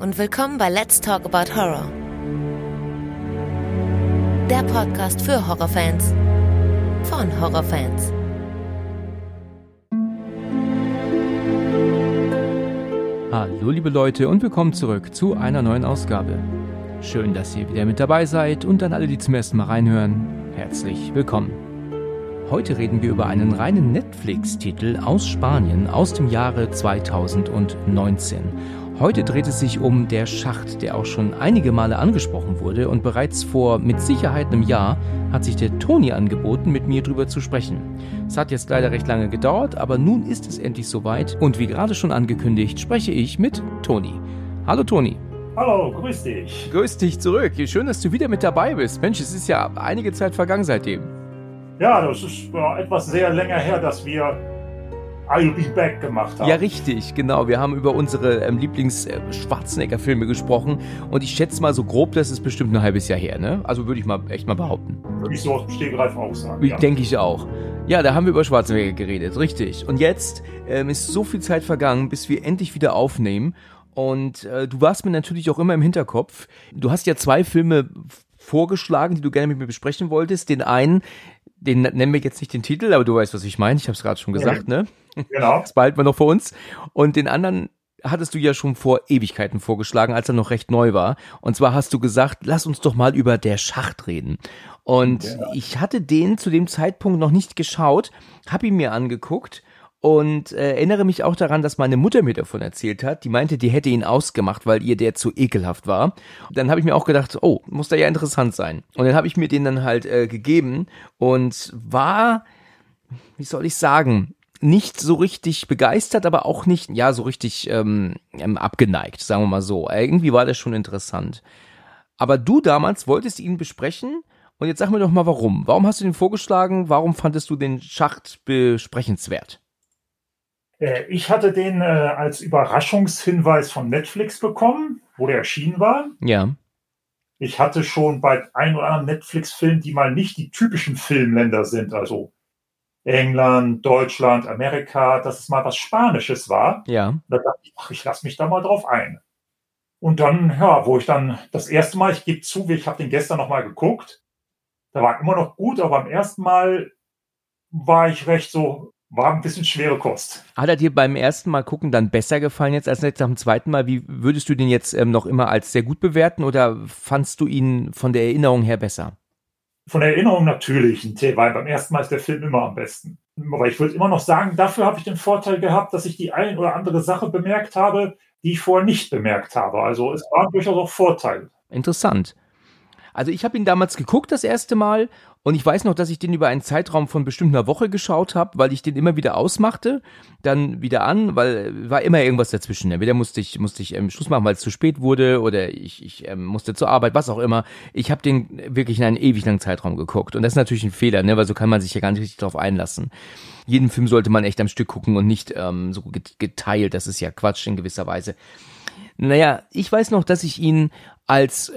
und willkommen bei Let's Talk About Horror. Der Podcast für Horrorfans von Horrorfans. Hallo liebe Leute und willkommen zurück zu einer neuen Ausgabe. Schön, dass ihr wieder mit dabei seid und an alle, die zum ersten Mal reinhören, herzlich willkommen. Heute reden wir über einen reinen Netflix-Titel aus Spanien aus dem Jahre 2019. Heute dreht es sich um Der Schacht, der auch schon einige Male angesprochen wurde und bereits vor mit Sicherheit einem Jahr hat sich der Toni angeboten, mit mir drüber zu sprechen. Es hat jetzt leider recht lange gedauert, aber nun ist es endlich soweit und wie gerade schon angekündigt, spreche ich mit Toni. Hallo Toni. Hallo, grüß dich. Grüß dich zurück. Schön, dass du wieder mit dabei bist. Mensch, es ist ja einige Zeit vergangen seitdem. Ja, das ist etwas sehr länger her, dass wir I'll Be Back gemacht haben. Ja, richtig, genau. Wir haben über unsere Lieblings-Schwarzenegger-Filme gesprochen und ich schätze mal so grob, das ist bestimmt ein halbes Jahr her, ne? Also würde ich mal echt mal behaupten. Würde ich so aus dem Stegreif auch sagen, ja. Denke ich auch. Ja, da haben wir über Schwarzenegger geredet, richtig. Und jetzt ist so viel Zeit vergangen, bis wir endlich wieder aufnehmen. Und du warst mir natürlich auch immer im Hinterkopf. Du hast ja 2 Filme vorgeschlagen, die du gerne mit mir besprechen wolltest. Den einen, den nennen wir jetzt nicht den Titel, aber du weißt, was ich meine. Ich habe es gerade schon gesagt, ne? Genau. Das behalten wir noch für uns. Und den anderen hattest du ja schon vor Ewigkeiten vorgeschlagen, als er noch recht neu war. Und zwar hast du gesagt, lass uns doch mal über Der Schacht reden. Und ich hatte den zu dem Zeitpunkt noch nicht geschaut, habe ihn mir angeguckt und erinnere mich auch daran, dass meine Mutter mir davon erzählt hat. Die meinte, die hätte ihn ausgemacht, weil ihr der zu ekelhaft war. Dann habe ich mir auch gedacht, oh, muss da ja interessant sein. Und dann habe ich mir den dann halt gegeben und war, wie soll ich sagen, nicht so richtig begeistert, aber auch nicht, ja, so richtig abgeneigt, sagen wir mal so. Irgendwie war das schon interessant. Aber du damals wolltest ihn besprechen und jetzt sag mir doch mal, warum. Warum hast du den vorgeschlagen? Warum fandest du den Schacht besprechenswert? Ich hatte den als Überraschungshinweis von Netflix bekommen, wo der erschienen war. Ja. Ich hatte schon bei ein oder anderen Netflix-Filmen, die mal nicht die typischen Filmländer sind, also England, Deutschland, Amerika, dass es mal was Spanisches war. Ja. Da dachte ich, ach, ich lasse mich da mal drauf ein. Und dann, ja, wo ich dann das erste Mal, ich gebe zu, ich habe den gestern noch mal geguckt, da war immer noch gut, aber beim ersten Mal war ein bisschen schwere Kost. Hat er dir beim ersten Mal gucken dann besser gefallen jetzt als jetzt nach dem zweiten Mal? Wie würdest du den jetzt noch immer als sehr gut bewerten oder fandst du ihn von der Erinnerung her besser? Von der Erinnerung natürlich, weil beim ersten Mal ist der Film immer am besten. Aber ich würde immer noch sagen, dafür habe ich den Vorteil gehabt, dass ich die ein oder andere Sache bemerkt habe, die ich vorher nicht bemerkt habe. Also es waren durchaus auch Vorteile. Interessant. Also ich habe ihn damals geguckt das erste Mal und ich weiß noch, dass ich den über einen Zeitraum von bestimmt einer Woche geschaut habe, weil ich den immer wieder ausmachte, dann wieder an, weil war immer irgendwas dazwischen. Entweder musste ich Schluss machen, weil es zu spät wurde oder ich musste zur Arbeit, was auch immer. Ich habe den wirklich in einen ewig langen Zeitraum geguckt und das ist natürlich ein Fehler, ne, weil so kann man sich ja gar nicht richtig drauf einlassen. Jeden Film sollte man echt am Stück gucken und nicht so geteilt, das ist ja Quatsch in gewisser Weise. Naja, ich weiß noch, dass ich ihn als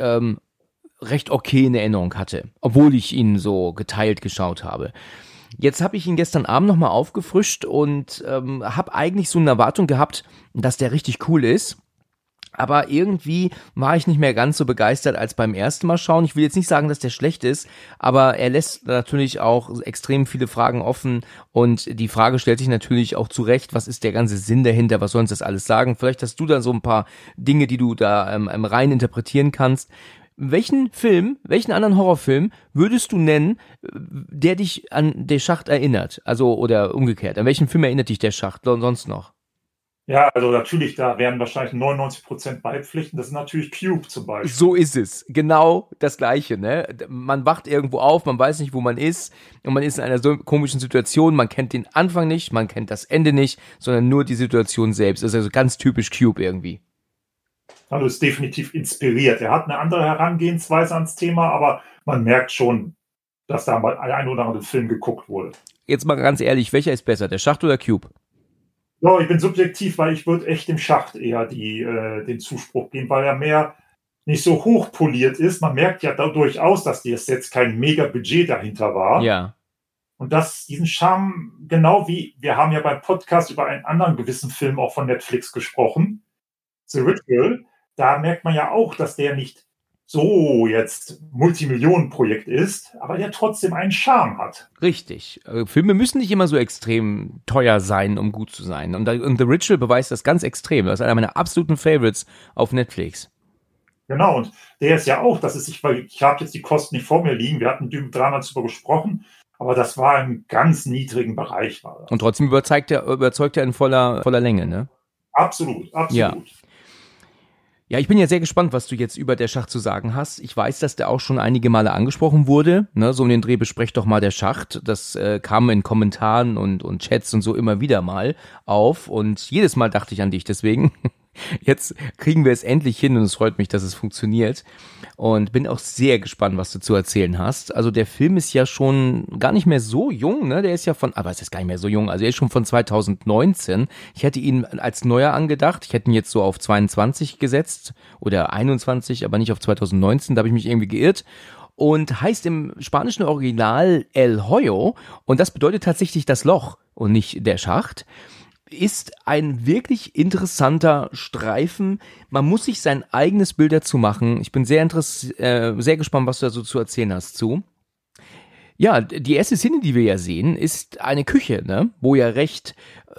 recht okay in Erinnerung hatte, obwohl ich ihn so geteilt geschaut habe. Jetzt habe ich ihn gestern Abend nochmal aufgefrischt und habe eigentlich so eine Erwartung gehabt, dass der richtig cool ist. Aber irgendwie war ich nicht mehr ganz so begeistert als beim ersten Mal schauen. Ich will jetzt nicht sagen, dass der schlecht ist, aber er lässt natürlich auch extrem viele Fragen offen und die Frage stellt sich natürlich auch zurecht, was ist der ganze Sinn dahinter, was soll uns das alles sagen? Vielleicht hast du da so ein paar Dinge, die du da rein interpretieren kannst. Welchen anderen Horrorfilm würdest du nennen, der dich an Der Schacht erinnert? Also, oder umgekehrt, an welchen Film erinnert dich Der Schacht sonst noch? Ja, also natürlich, da werden wahrscheinlich 99% beipflichten. Das ist natürlich Cube zum Beispiel. So ist es. Genau das Gleiche, ne? Man wacht irgendwo auf, man weiß nicht, wo man ist und man ist in einer so komischen Situation, man kennt den Anfang nicht, man kennt das Ende nicht, sondern nur die Situation selbst. Das ist also ganz typisch Cube irgendwie. Also ist definitiv inspiriert. Er hat eine andere Herangehensweise ans Thema, aber man merkt schon, dass da mal ein oder andere Film geguckt wurde. Jetzt mal ganz ehrlich, welcher ist besser, Der Schacht oder Cube? Ja, ich bin subjektiv, weil ich würde echt dem Schacht eher den Zuspruch geben, weil er mehr nicht so hochpoliert ist. Man merkt ja da durchaus, dass jetzt kein Mega-Budget dahinter war. Ja. Und diesen Charme, genau wie, wir haben ja beim Podcast über einen anderen gewissen Film auch von Netflix gesprochen, The Ritual, da merkt man ja auch, dass der nicht so jetzt Multimillionenprojekt ist, aber der trotzdem einen Charme hat. Richtig. Filme müssen nicht immer so extrem teuer sein, um gut zu sein. Und The Ritual beweist das ganz extrem. Das ist einer meiner absoluten Favorites auf Netflix. Genau, und der ist ja auch, weil ich habe jetzt die Kosten nicht vor mir liegen, wir hatten damals darüber gesprochen, aber das war im ganz niedrigen Bereich. War das. Und trotzdem überzeugt er in voller Länge, ne? Absolut. Ja. Ja, ich bin ja sehr gespannt, was du jetzt über Der Schacht zu sagen hast. Ich weiß, dass der auch schon einige Male angesprochen wurde, ne? So um den Dreh besprecht doch mal Der Schacht. Das kam in Kommentaren und Chats und so immer wieder mal auf und jedes Mal dachte ich an dich, deswegen jetzt kriegen wir es endlich hin und es freut mich, dass es funktioniert und bin auch sehr gespannt, was du zu erzählen hast. Also der Film ist ja schon gar nicht mehr so jung, ne? Der ist ja aber es ist gar nicht mehr so jung, also er ist schon von 2019. Ich hätte ihn als neuer angedacht, ich hätte ihn jetzt so auf 22 gesetzt oder 21, aber nicht auf 2019, da habe ich mich irgendwie geirrt. Und heißt im spanischen Original El Hoyo und das bedeutet tatsächlich das Loch und nicht der Schacht. Ist ein wirklich interessanter Streifen. Man muss sich sein eigenes Bild dazu machen. Ich bin sehr gespannt, was du da so zu erzählen hast zu. Ja, die erste Szene, die wir ja sehen, ist eine Küche, ne? Wo ja recht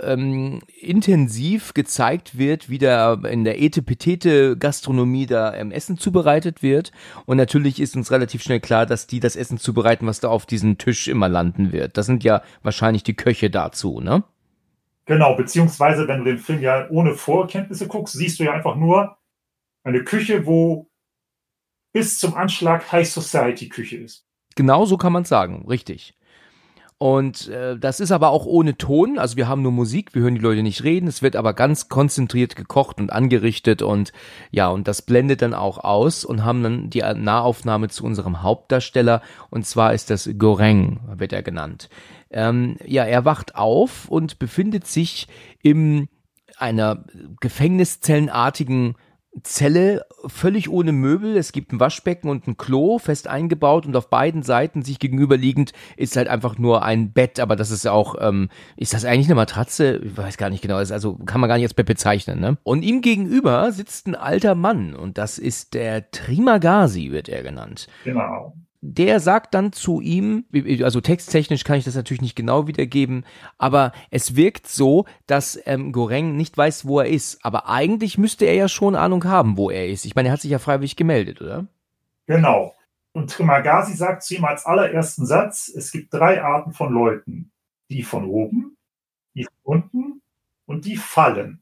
intensiv gezeigt wird, wie da in der Etepetete-Gastronomie da Essen zubereitet wird. Und natürlich ist uns relativ schnell klar, dass die das Essen zubereiten, was da auf diesem Tisch immer landen wird. Das sind ja wahrscheinlich die Köche dazu, ne? Genau, beziehungsweise wenn du den Film ja ohne Vorkenntnisse guckst, siehst du ja einfach nur eine Küche, wo bis zum Anschlag High Society Küche ist. Genau so kann man es sagen, richtig. Und das ist aber auch ohne Ton, also wir haben nur Musik, wir hören die Leute nicht reden, es wird aber ganz konzentriert gekocht und angerichtet und ja, und das blendet dann auch aus und haben dann die Nahaufnahme zu unserem Hauptdarsteller und zwar ist das Goreng, wird er genannt. Ja, er wacht auf und befindet sich in einer gefängniszellenartigen Zelle, völlig ohne Möbel. Es gibt ein Waschbecken und ein Klo, fest eingebaut und auf beiden Seiten sich gegenüberliegend ist halt einfach nur ein Bett, aber das ist auch, ist das eigentlich eine Matratze? Ich weiß gar nicht genau, also kann man gar nicht als Bett bezeichnen, ne? Und ihm gegenüber sitzt ein alter Mann und das ist der Trimagasi, wird er genannt. Genau. Der sagt dann zu ihm, also texttechnisch kann ich das natürlich nicht genau wiedergeben, aber es wirkt so, dass Goreng nicht weiß, wo er ist. Aber eigentlich müsste er ja schon Ahnung haben, wo er ist. Ich meine, er hat sich ja freiwillig gemeldet, oder? Genau. Und Trimagasi sagt zu ihm als allerersten Satz, es gibt 3 Arten von Leuten. Die von oben, die von unten und die fallen.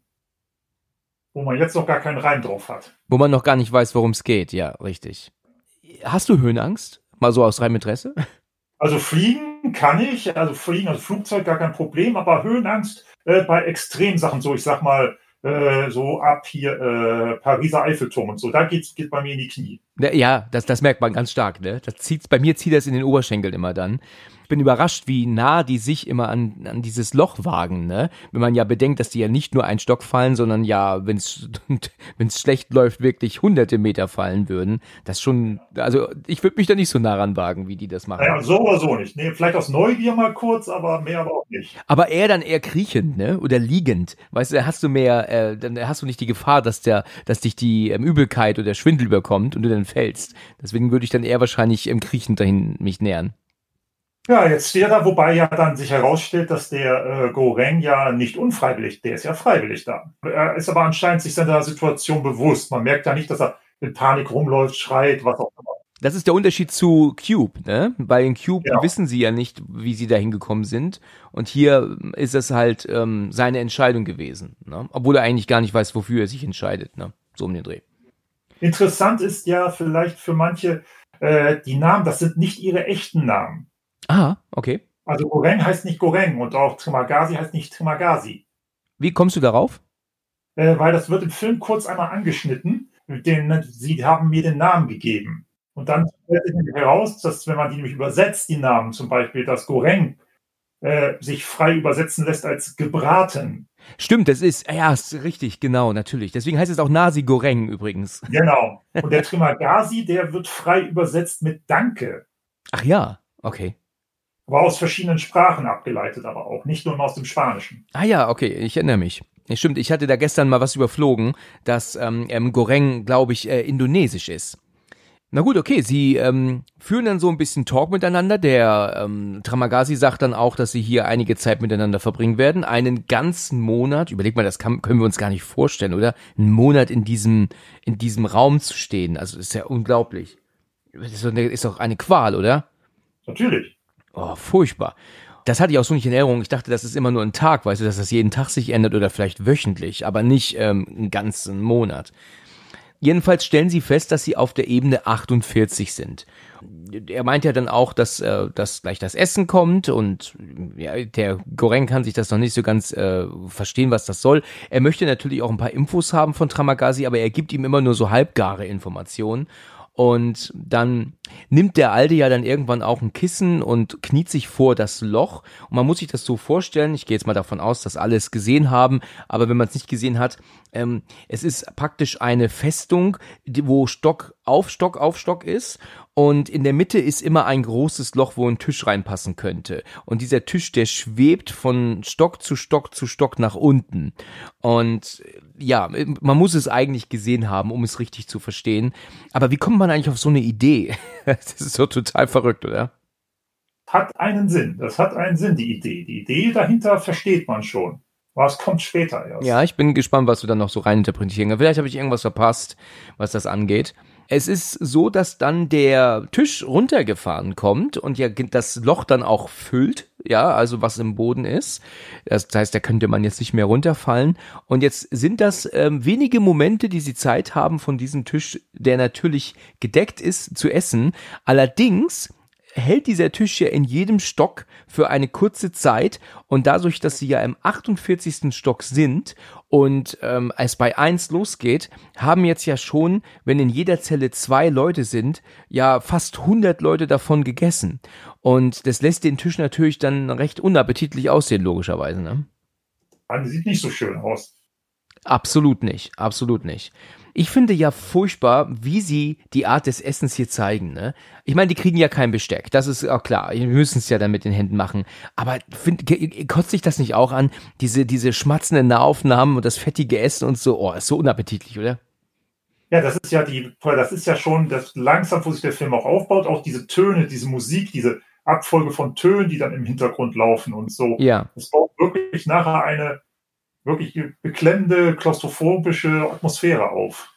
Wo man jetzt noch gar keinen Reim drauf hat. Wo man noch gar nicht weiß, worum es geht, ja, richtig. Hast du Höhenangst? Mal so aus reinem Interesse? Also fliegen kann ich, also Flugzeug gar kein Problem, aber Höhenangst bei Extremsachen, so ich sag mal, so ab hier Pariser Eiffelturm und so, da geht bei mir in die Knie. Ja, das merkt man ganz stark, ne? Bei mir zieht das in den Oberschenkel immer dann. Ich bin überrascht, wie nah die sich immer an dieses Loch wagen, ne? Wenn man ja bedenkt, dass die ja nicht nur einen Stock fallen, sondern ja, wenn's schlecht läuft, wirklich hunderte Meter fallen würden. Das schon, also ich würde mich da nicht so nah ran wagen, wie die das machen. Naja, so oder so nicht. Nee, vielleicht aus Neugier mal kurz, aber mehr aber auch nicht. Aber dann eher kriechend, ne? Oder liegend. Weißt du, da hast du mehr, dann hast du nicht die Gefahr, dass dich die Übelkeit oder Schwindel überkommt und du dann fällst. Deswegen würde ich dann eher wahrscheinlich im Kriechend dahin mich nähern. Ja, jetzt steht er da, wobei ja dann sich herausstellt, dass der Goreng ja nicht unfreiwillig, der ist ja freiwillig da. Er ist aber anscheinend sich seiner Situation bewusst. Man merkt ja nicht, dass er in Panik rumläuft, schreit, was auch immer. Das ist der Unterschied zu Cube, ne? Bei den Cube Genau. wissen sie ja nicht, wie sie da hingekommen sind. Und hier ist es halt seine Entscheidung gewesen, ne? Obwohl er eigentlich gar nicht weiß, wofür er sich entscheidet, ne? So um den Dreh. Interessant ist ja vielleicht für manche, die Namen, das sind nicht ihre echten Namen. Ah, okay. Also Goreng heißt nicht Goreng und auch Trimagasi heißt nicht Trimagasi. Wie kommst du darauf? Weil das wird im Film kurz einmal angeschnitten. Sie haben mir den Namen gegeben. Und dann stellt sich nämlich heraus, dass wenn man die nämlich übersetzt, die Namen, zum Beispiel das Goreng, sich frei übersetzen lässt als gebraten. Stimmt, ist richtig, genau, natürlich. Deswegen heißt es auch Nasi Goreng übrigens. Genau. Und der Trimagasi, der wird frei übersetzt mit Danke. Ach ja, okay. Aber aus verschiedenen Sprachen abgeleitet, aber auch nicht nur aus dem Spanischen. Ah ja, okay, ich erinnere mich. Ja, stimmt, ich hatte da gestern mal was überflogen, dass Goreng, glaube ich, indonesisch ist. Na gut, okay, sie führen dann so ein bisschen Talk miteinander. Der Tramagasi sagt dann auch, dass sie hier einige Zeit miteinander verbringen werden. Einen ganzen Monat, überleg mal, können wir uns gar nicht vorstellen, oder? Einen Monat in diesem Raum zu stehen, also das ist ja unglaublich. Das ist doch eine Qual, oder? Natürlich. Oh, furchtbar. Das hatte ich auch so nicht in Erinnerung. Ich dachte, das ist immer nur ein Tag, weißt du, dass das jeden Tag sich ändert oder vielleicht wöchentlich, aber nicht einen ganzen Monat. Jedenfalls stellen sie fest, dass sie auf der Ebene 48 sind. Er meint ja dann auch, dass gleich das Essen kommt und ja, der Goreng kann sich das noch nicht so ganz verstehen, was das soll. Er möchte natürlich auch ein paar Infos haben von Tramagasi, aber er gibt ihm immer nur so halbgare Informationen. Und dann nimmt der Alte ja dann irgendwann auch ein Kissen und kniet sich vor das Loch. Und man muss sich das so vorstellen, ich gehe jetzt mal davon aus, dass alle es gesehen haben, aber wenn man es nicht gesehen hat, es ist praktisch eine Festung, wo Stock auf Stock ist. Und in der Mitte ist immer ein großes Loch, wo ein Tisch reinpassen könnte. Und dieser Tisch, der schwebt von Stock zu Stock zu Stock nach unten. Und ja, man muss es eigentlich gesehen haben, um es richtig zu verstehen. Aber wie kommt man eigentlich auf so eine Idee? Das ist so total verrückt, oder? Hat einen Sinn. Das hat einen Sinn, die Idee. Die Idee dahinter versteht man schon. Aber es kommt später erst. Ja, ich bin gespannt, was du dann noch so reininterpretieren kannst. Vielleicht habe ich irgendwas verpasst, was das angeht. Es ist so, dass dann der Tisch runtergefahren kommt und ja das Loch dann auch füllt, ja, also was im Boden ist. Das heißt, da könnte man jetzt nicht mehr runterfallen. Und jetzt sind das wenige Momente, die sie Zeit haben von diesem Tisch, der natürlich gedeckt ist, zu essen. Allerdings hält dieser Tisch ja in jedem Stock für eine kurze Zeit und dadurch, dass sie ja im 48. Stock sind und es bei 1 losgeht, haben jetzt ja schon, wenn in jeder Zelle 2 Leute sind, ja fast 100 Leute davon gegessen. Und das lässt den Tisch natürlich dann recht unappetitlich aussehen, logischerweise, ne? Sieht nicht so schön aus. Absolut nicht, absolut nicht. Ich finde ja furchtbar, wie sie die Art des Essens hier zeigen, ne? Ich meine, die kriegen ja kein Besteck, das ist auch klar. Wir müssen es ja dann mit den Händen machen. Aber kotzt sich das nicht auch an? Diese schmatzenden Nahaufnahmen und das fettige Essen und so, oh, ist so unappetitlich, oder? Ja, das ist ja schon das langsam, wo sich der Film auch aufbaut, auch diese Töne, diese Musik, diese Abfolge von Tönen, die dann im Hintergrund laufen und so. Ja. Es baut wirklich nachher eine wirklich beklemmende, klaustrophobische Atmosphäre auf.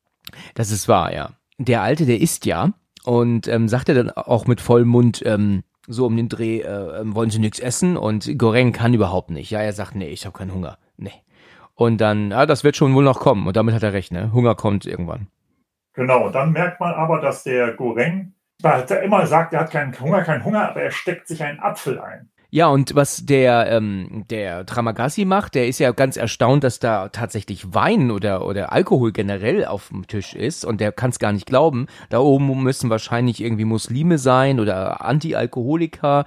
Das ist wahr, ja. Der Alte, der isst ja und sagt er dann auch mit vollem Mund, so um den Dreh, wollen Sie nichts essen? Und Goreng kann überhaupt nicht. Ja, er sagt, nee, ich habe keinen Hunger. Nee. Und dann, ja, das wird schon wohl noch kommen. Und damit hat er recht, ne? Hunger kommt irgendwann. Genau, dann merkt man aber, dass der Goreng, er immer sagt, er hat keinen Hunger, aber er steckt sich einen Apfel ein. Ja, und was der Tramagasi macht, der ist ja ganz erstaunt, dass da tatsächlich Wein oder Alkohol generell auf dem Tisch ist und der kann es gar nicht glauben. Da oben müssen wahrscheinlich irgendwie Muslime sein oder Anti-Alkoholiker,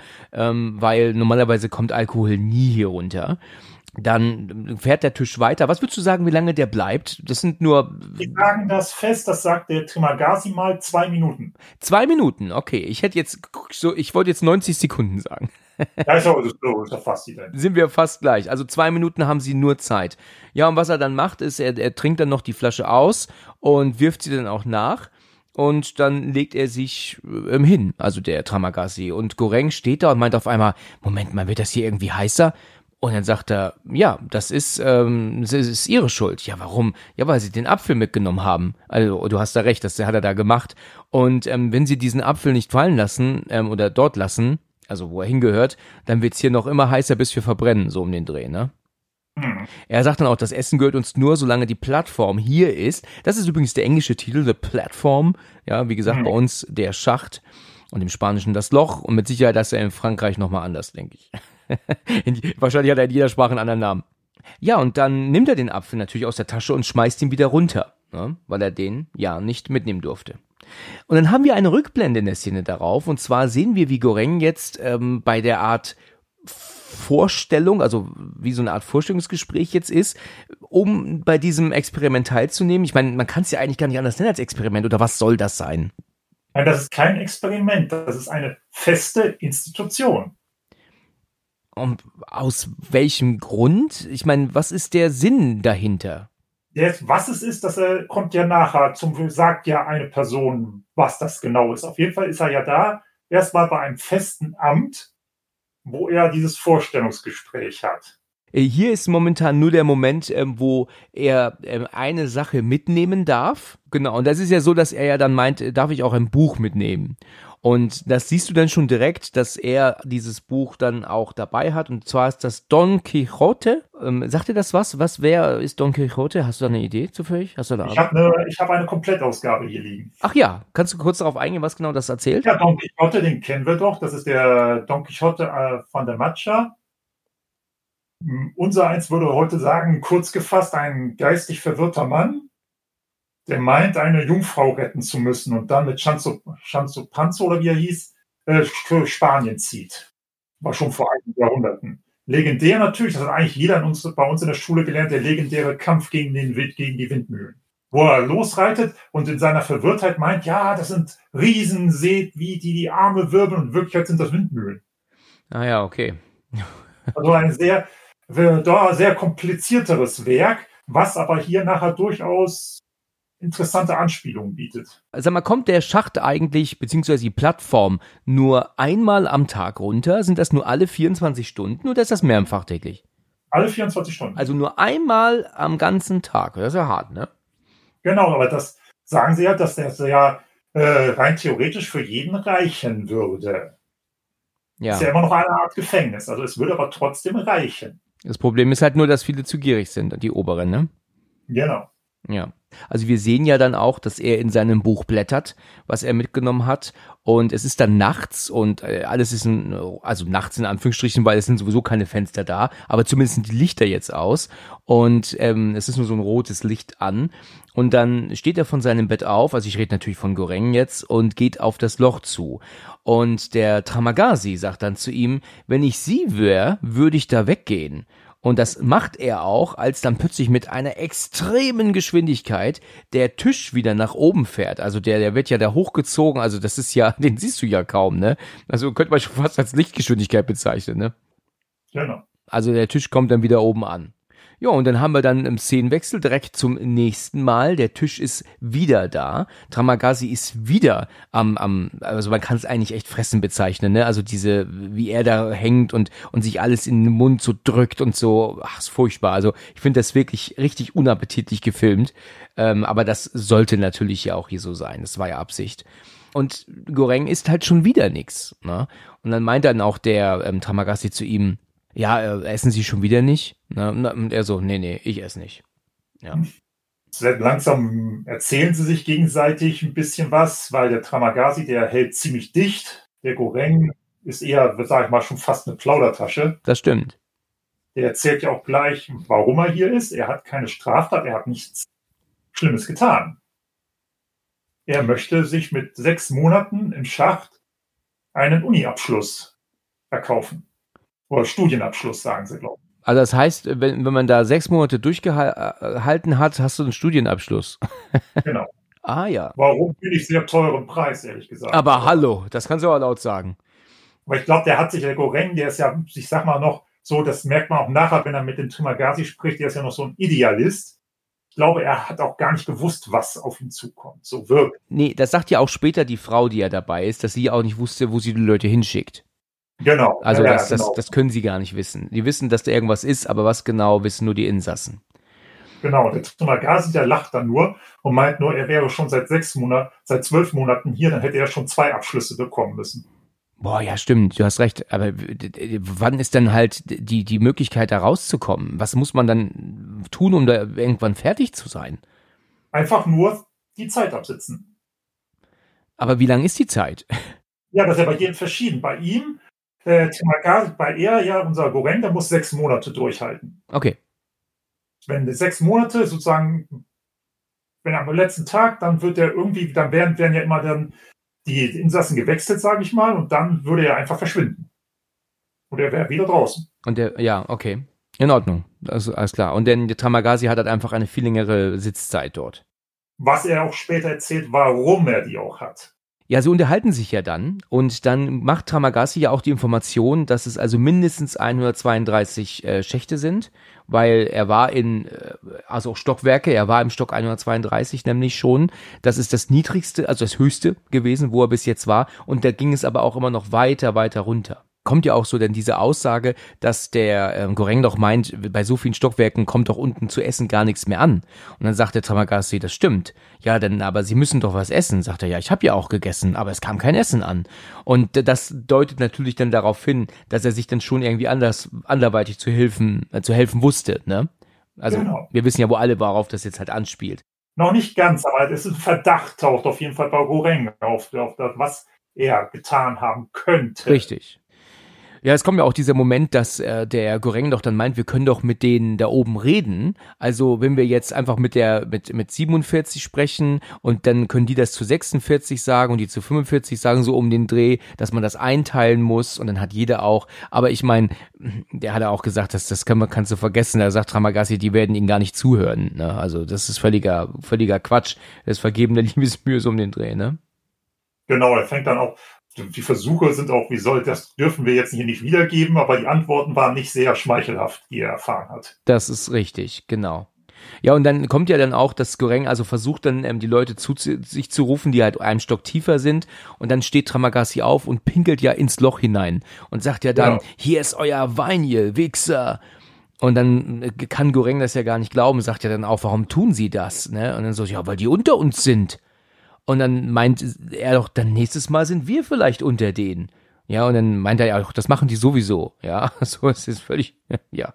weil normalerweise kommt Alkohol nie hier runter. Dann fährt der Tisch weiter. Was würdest du sagen, wie lange der bleibt? Das sind nur... Wir sagen das fest, das sagt der Tramagasi mal 2 Minuten. 2 Minuten, okay. Ich wollte jetzt 90 Sekunden sagen. Ja, ist doch fast die Zeit. Sind wir fast gleich. Also 2 Minuten haben sie nur Zeit. Ja, und was er dann macht, ist, er trinkt dann noch die Flasche aus und wirft sie dann auch nach. Und dann legt er sich hin, also der Tramagasi. Und Goreng steht da und meint auf einmal, Moment mal, wird das hier irgendwie heißer? Und dann sagt er, ja, das ist ihre Schuld. Ja, warum? Ja, weil sie den Apfel mitgenommen haben. Also, du hast da recht, das hat er da gemacht. Und wenn sie diesen Apfel nicht fallen lassen oder dort lassen, also wo er hingehört, dann wird's hier noch immer heißer, bis wir verbrennen, so um den Dreh, ne? Er sagt dann auch, das Essen gehört uns nur, solange die Plattform hier ist. Das ist übrigens der englische Titel, The Platform. Ja, wie gesagt, bei uns der Schacht und im Spanischen das Loch. Und mit Sicherheit ist er in Frankreich nochmal anders, denke ich. Wahrscheinlich hat er in jeder Sprache einen anderen Namen. Ja, und dann nimmt er den Apfel natürlich aus der Tasche und schmeißt ihn wieder runter, ne? Weil er den ja nicht mitnehmen durfte. Und dann haben wir eine Rückblende in der Szene darauf. Und zwar sehen wir, wie Goreng jetzt bei der Art Vorstellung, also wie so eine Art Vorstellungsgespräch jetzt ist, um bei diesem Experiment teilzunehmen. Ich meine, man kann es ja eigentlich gar nicht anders nennen als Experiment. Oder was soll das sein? Nein, das ist kein Experiment. Das ist eine feste Institution. Und aus welchem Grund? Ich meine, was ist der Sinn dahinter? Was es ist, kommt ja nachher sagt ja eine Person, was das genau ist. Auf jeden Fall ist er ja da, erstmal bei einem festen Amt, wo er dieses Vorstellungsgespräch hat. Hier ist momentan nur der Moment, wo er eine Sache mitnehmen darf. Genau, und das ist ja so, dass er ja dann meint, darf ich auch ein Buch mitnehmen? Und das siehst du dann schon direkt, dass er dieses Buch dann auch dabei hat. Und zwar ist das Don Quixote. Sagt dir das was? Wer ist Don Quixote? Hast du da eine Idee zufällig? Hast du da Ich habe eine Komplettausgabe hier liegen. Ach ja, kannst du kurz darauf eingehen, was genau das erzählt? Ja, Don Quixote, den kennen wir doch. Das ist der Don Quixote von der Mancha. Unser eins würde heute sagen, kurz gefasst, ein geistig verwirrter Mann, der meint, eine Jungfrau retten zu müssen und dann mit Sancho Panza oder wie er hieß, für Spanien zieht. War schon vor einigen Jahrhunderten. Legendär natürlich, das hat eigentlich jeder bei uns in der Schule gelernt, der legendäre Kampf gegen die Windmühlen. Wo er losreitet und in seiner Verwirrtheit meint, ja, das sind Riesen, seht, wie die Arme wirbeln und in Wirklichkeit sind das Windmühlen. Ah ja, okay. Also ein sehr komplizierteres Werk, was aber hier nachher durchaus interessante Anspielungen bietet. Sag mal, kommt der Schacht eigentlich, beziehungsweise die Plattform, nur einmal am Tag runter? Sind das nur alle 24 Stunden oder ist das mehrfach täglich? Alle 24 Stunden. Also nur einmal am ganzen Tag. Das ist ja hart, ne? Genau, aber das sagen sie ja, dass das ja rein theoretisch für jeden reichen würde. Ja. Ist ja immer noch eine Art Gefängnis. Also es würde aber trotzdem reichen. Das Problem ist halt nur, dass viele zu gierig sind, die Oberen, ne? Genau. Ja. Also wir sehen ja dann auch, dass er in seinem Buch blättert, was er mitgenommen hat. Und es ist dann nachts und alles ist, also nachts in Anführungsstrichen, weil es sind sowieso keine Fenster da, aber zumindest sind die Lichter jetzt aus. Und es ist nur so ein rotes Licht an. Und dann steht er von seinem Bett auf, also ich rede natürlich von Goreng jetzt, und geht auf das Loch zu. Und der Tramagasi sagt dann zu ihm, wenn ich sie wäre, würde ich da weggehen. Und das macht er auch, als dann plötzlich mit einer extremen Geschwindigkeit der Tisch wieder nach oben fährt. Also der wird ja da hochgezogen, also das ist ja, den siehst du ja kaum, ne? Also könnte man schon fast als Lichtgeschwindigkeit bezeichnen, ne? Genau. Also der Tisch kommt dann wieder oben an. Ja, und dann haben wir dann im Szenenwechsel direkt zum nächsten Mal. Der Tisch ist wieder da. Tramagasi ist wieder also man kann es eigentlich echt fressen bezeichnen, ne? Also wie er da hängt und sich alles in den Mund so drückt und so. Ach, ist furchtbar. Also ich finde das wirklich richtig unappetitlich gefilmt. Aber das sollte natürlich ja auch hier so sein. Das war ja Absicht. Und Goreng isst halt schon wieder nix, ne? Und dann meint dann auch der Tramagasi zu ihm, ja, essen Sie schon wieder nicht? Und er so, nee, ich esse nicht. Ja. Langsam erzählen sie sich gegenseitig ein bisschen was, weil der Tramagasi, der hält ziemlich dicht. Der Goreng ist eher, sag ich mal, schon fast eine Plaudertasche. Das stimmt. Der erzählt ja auch gleich, warum er hier ist. Er hat keine Straftat, er hat nichts Schlimmes getan. Er möchte sich mit 6 Monaten im Schacht einen Uni-Abschluss erkaufen. Oder Studienabschluss, sagen sie, glaube ich. Also das heißt, wenn man da 6 Monate durchgehalten hat, hast du einen Studienabschluss. Genau. Ah ja. Warum bin ich sehr teuren Preis, ehrlich gesagt. Aber hallo, das kannst du aber laut sagen. Aber ich glaube, der Goreng, der ist ja, ich sag mal noch so, das merkt man auch nachher, wenn er mit dem Tramagasi spricht, der ist ja noch so ein Idealist. Ich glaube, er hat auch gar nicht gewusst, was auf ihn zukommt. So wirklich. Nee, das sagt ja auch später die Frau, die ja dabei ist, dass sie auch nicht wusste, wo sie die Leute hinschickt. Genau. Also ja, genau. Das können sie gar nicht wissen. Die wissen, dass da irgendwas ist, aber was genau, wissen nur die Insassen. Genau, der Tramagasi, der lacht dann nur und meint nur, er wäre schon seit 12 Monaten hier, dann hätte er schon 2 Abschlüsse bekommen müssen. Boah, ja stimmt, du hast recht. Aber wann ist denn halt die Möglichkeit, da rauszukommen? Was muss man dann tun, um da irgendwann fertig zu sein? Einfach nur die Zeit absitzen. Aber wie lang ist die Zeit? Ja, das ist ja bei jedem verschieden. Bei ihm, unser Goreng, der muss 6 Monate durchhalten. Okay. Wenn 6 Monate sozusagen, wenn am letzten Tag, dann wird er irgendwie, dann werden ja immer dann die Insassen gewechselt, sage ich mal, und dann würde er einfach verschwinden. Und er wäre wieder draußen. Ja, okay. In Ordnung. Also, alles klar. Und der Tramagasi hat halt einfach eine viel längere Sitzzeit dort. Was er auch später erzählt, warum er die auch hat. Ja, sie unterhalten sich ja dann und dann macht Tamagasi ja auch die Information, dass es also mindestens 132 Schächte sind, weil er war also auch Stockwerke, er war im Stock 132 nämlich schon. Das ist das niedrigste, also das höchste gewesen, wo er bis jetzt war und da ging es aber auch immer noch weiter runter. Kommt ja auch so denn diese Aussage, dass der Goreng doch meint, bei so vielen Stockwerken kommt doch unten zu essen gar nichts mehr an. Und dann sagt der Tamagasi, das stimmt. Ja, dann, aber Sie müssen doch was essen. Sagt er, ja, ich habe ja auch gegessen, aber es kam kein Essen an. Und das deutet natürlich dann darauf hin, dass er sich dann schon irgendwie anderweitig zu helfen wusste, ne? Also, genau. Wir wissen ja worauf das jetzt halt anspielt. Noch nicht ganz, aber es ist ein Verdacht, taucht auf jeden Fall bei Goreng auf das, was er getan haben könnte. Richtig. Ja, es kommt ja auch dieser Moment, dass der Goreng doch dann meint, wir können doch mit denen da oben reden. Also wenn wir jetzt einfach mit 47 sprechen und dann können die das zu 46 sagen und die zu 45 sagen, so um den Dreh, dass man das einteilen muss und dann hat jeder auch. Aber ich meine, der hat ja auch gesagt, das kannst du vergessen. Da sagt Tamagasi, die werden ihnen gar nicht zuhören. Ne? Also das ist völliger Quatsch. Das ist vergebene Liebesmühe so um den Dreh, ne? Genau, er fängt dann auch. Die Versuche sind auch, das dürfen wir jetzt hier nicht wiedergeben, aber die Antworten waren nicht sehr schmeichelhaft, die er erfahren hat. Das ist richtig, genau. Ja, und dann kommt ja dann auch, dass Goreng also versucht dann die Leute zu sich zu rufen, die halt einen Stock tiefer sind und dann steht Tamagasi auf und pinkelt ja ins Loch hinein und sagt ja dann, hier ist euer Wein, ihr Wichser. Und dann kann Goreng das ja gar nicht glauben, sagt ja dann auch, warum tun sie das? Ne? Und dann so, ja, weil die unter uns sind. Und dann meint er doch, dann nächstes Mal sind wir vielleicht unter denen. Ja, und dann meint er ja auch, das machen die sowieso. Ja, so ist es völlig, ja.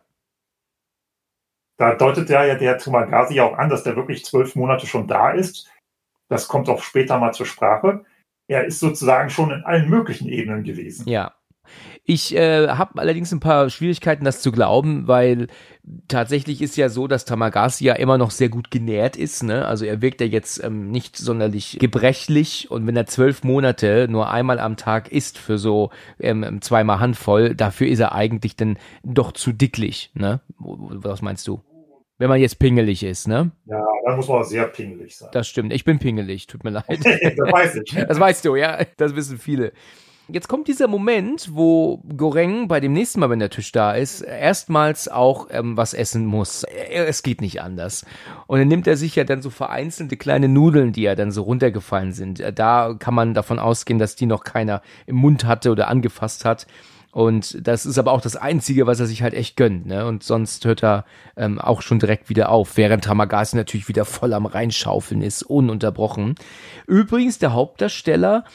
Da deutet ja der Tamagasi auch an, dass der wirklich 12 Monate schon da ist. Das kommt auch später mal zur Sprache. Er ist sozusagen schon in allen möglichen Ebenen gewesen. Ja. Ich habe allerdings ein paar Schwierigkeiten, das zu glauben, weil tatsächlich ist ja so, dass Tamagasi ja immer noch sehr gut genährt ist, ne? Also er wirkt ja jetzt nicht sonderlich gebrechlich und wenn er 12 Monate nur einmal am Tag isst für so zweimal Handvoll, dafür ist er eigentlich dann doch zu dicklich, ne? Was meinst du? Wenn man jetzt pingelig ist, ne? Ja, dann muss man auch sehr pingelig sein. Das stimmt, ich bin pingelig, tut mir leid. Das weiß ich. Das weißt du, ja, das wissen viele. Jetzt kommt dieser Moment, wo Goreng bei dem nächsten Mal, wenn der Tisch da ist, erstmals auch was essen muss. Es geht nicht anders. Und dann nimmt er sich ja dann so vereinzelte kleine Nudeln, die ja dann so runtergefallen sind. Da kann man davon ausgehen, dass die noch keiner im Mund hatte oder angefasst hat. Und das ist aber auch das Einzige, was er sich halt echt gönnt, ne? Und sonst hört er auch schon direkt wieder auf, während Tamagasi natürlich wieder voll am Reinschaufeln ist, ununterbrochen. Übrigens, der Hauptdarsteller,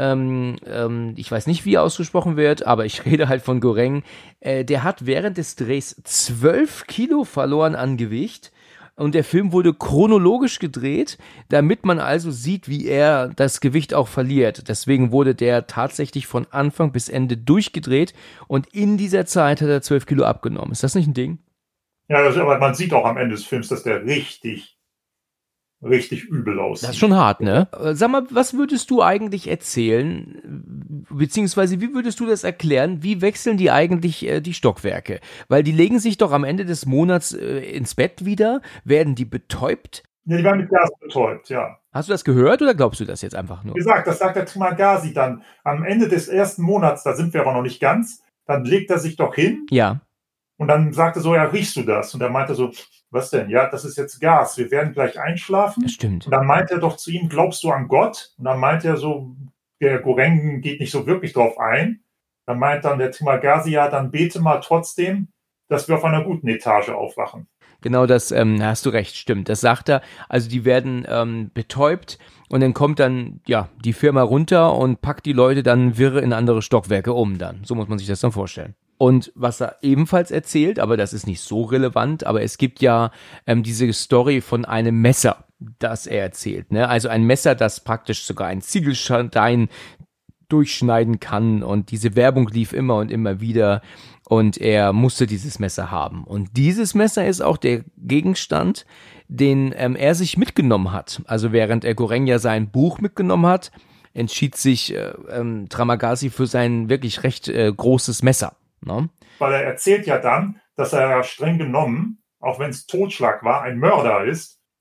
ich weiß nicht, wie er ausgesprochen wird, aber ich rede halt von Goreng, der hat während des Drehs 12 Kilo verloren an Gewicht. Und der Film wurde chronologisch gedreht, damit man also sieht, wie er das Gewicht auch verliert. Deswegen wurde der tatsächlich von Anfang bis Ende durchgedreht und in dieser Zeit hat er 12 Kilo abgenommen. Ist das nicht ein Ding? Ja, aber man sieht auch am Ende des Films, dass der richtig übel aussieht. Das ist schon hart, ne? Sag mal, was würdest du eigentlich erzählen, beziehungsweise wie würdest du das erklären, wie wechseln die eigentlich die Stockwerke? Weil die legen sich doch am Ende des Monats ins Bett wieder, werden die betäubt? Ja, die werden mit Gas betäubt, ja. Hast du das gehört oder glaubst du das jetzt einfach nur? Wie gesagt, das sagt der Tamagasi dann. Am Ende des ersten Monats, da sind wir aber noch nicht ganz, dann legt er sich doch hin. Ja. Und dann sagt er so, ja, riechst du das? Und er meinte so, was denn? Ja, das ist jetzt Gas. Wir werden gleich einschlafen. Das stimmt. Und dann meinte er doch zu ihm, glaubst du an Gott? Und dann meinte er so, der Goreng geht nicht so wirklich drauf ein. Dann meint dann der Tamagasi, ja, dann bete mal trotzdem, dass wir auf einer guten Etage aufwachen. Genau, das hast du recht, stimmt. Das sagt er. Also die werden betäubt und dann kommt dann ja die Firma runter und packt die Leute dann wirre in andere Stockwerke um dann. So muss man sich das dann vorstellen. Und was er ebenfalls erzählt, aber das ist nicht so relevant, aber es gibt ja diese Story von einem Messer, das er erzählt, ne? Also ein Messer, das praktisch sogar einen Ziegelstein durchschneiden kann und diese Werbung lief immer und immer wieder und er musste dieses Messer haben. Und dieses Messer ist auch der Gegenstand, den er sich mitgenommen hat. Also während er Goreng ja sein Buch mitgenommen hat, entschied sich Tamagasi für sein wirklich recht großes Messer. No? Weil er erzählt ja dann, dass er streng genommen, auch wenn es Totschlag war, ein Mörder ist.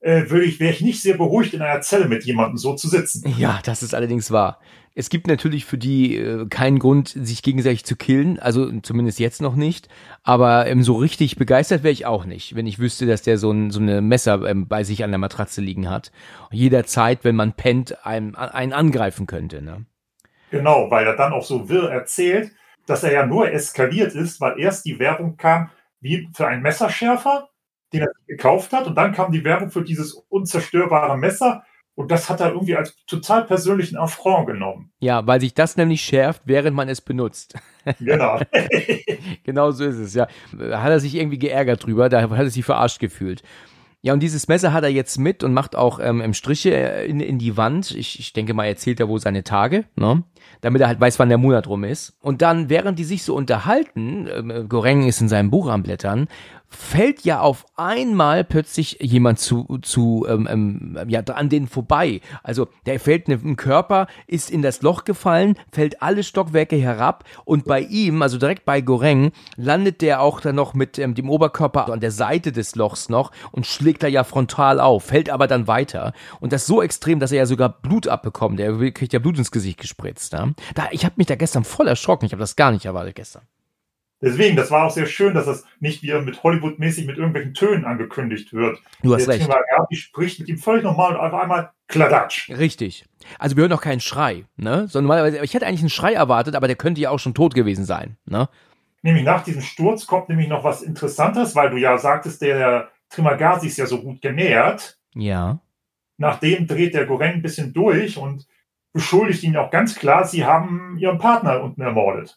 wäre ich nicht sehr beruhigt, in einer Zelle mit jemandem so zu sitzen. Ja, das ist allerdings wahr. Es gibt natürlich für die keinen Grund, sich gegenseitig zu killen, also zumindest jetzt noch nicht, aber so richtig begeistert wäre ich auch nicht, wenn ich wüsste, dass der so eine Messer bei sich an der Matratze liegen hat. Jederzeit, wenn man pennt, einen angreifen könnte, ne? Genau, weil er dann auch so wirr erzählt, dass er ja nur eskaliert ist, weil erst die Werbung kam, wie für einen Messerschärfer, den er gekauft hat, und dann kam die Werbung für dieses unzerstörbare Messer, und das hat er irgendwie als total persönlichen Affront genommen. Ja, weil sich das nämlich schärft, während man es benutzt. Genau. Genau so ist es, ja. Hat er sich irgendwie geärgert drüber, da hat er sich verarscht gefühlt. Ja, und dieses Messer hat er jetzt mit und macht auch Striche in die Wand. Ich denke mal, er zählt da wohl seine Tage, ne? Damit er halt weiß, wann der Monat rum ist. Und dann, während die sich so unterhalten, Goreng ist in seinem Buch am Blättern, fällt ja auf einmal plötzlich jemand an denen vorbei. Also der fällt im Körper, ist in das Loch gefallen, fällt alle Stockwerke herab und bei ihm, also direkt bei Goreng, landet der auch dann noch mit dem Oberkörper an der Seite des Lochs noch und schlägt da ja frontal auf, fällt aber dann weiter. Und das so extrem, dass er ja sogar Blut abbekommt. Der kriegt ja Blut ins Gesicht gespritzt. Ne? Ich habe mich da gestern voll erschrocken. Ich habe das gar nicht erwartet gestern. Deswegen, das war auch sehr schön, dass das nicht wie mit Hollywood-mäßig mit irgendwelchen Tönen angekündigt wird. Du hast recht. Die spricht mit ihm völlig normal und auf einmal kladatsch. Richtig. Also wir hören noch keinen Schrei, ne? Sondern normalerweise, ich hätte eigentlich einen Schrei erwartet, aber der könnte ja auch schon tot gewesen sein, ne? Nämlich nach diesem Sturz kommt nämlich noch was Interessantes, weil du ja sagtest, der Trimagasi ist ja so gut genährt. Ja. Nachdem dreht der Goreng ein bisschen durch und beschuldigt ihn auch ganz klar, sie haben ihren Partner unten ermordet.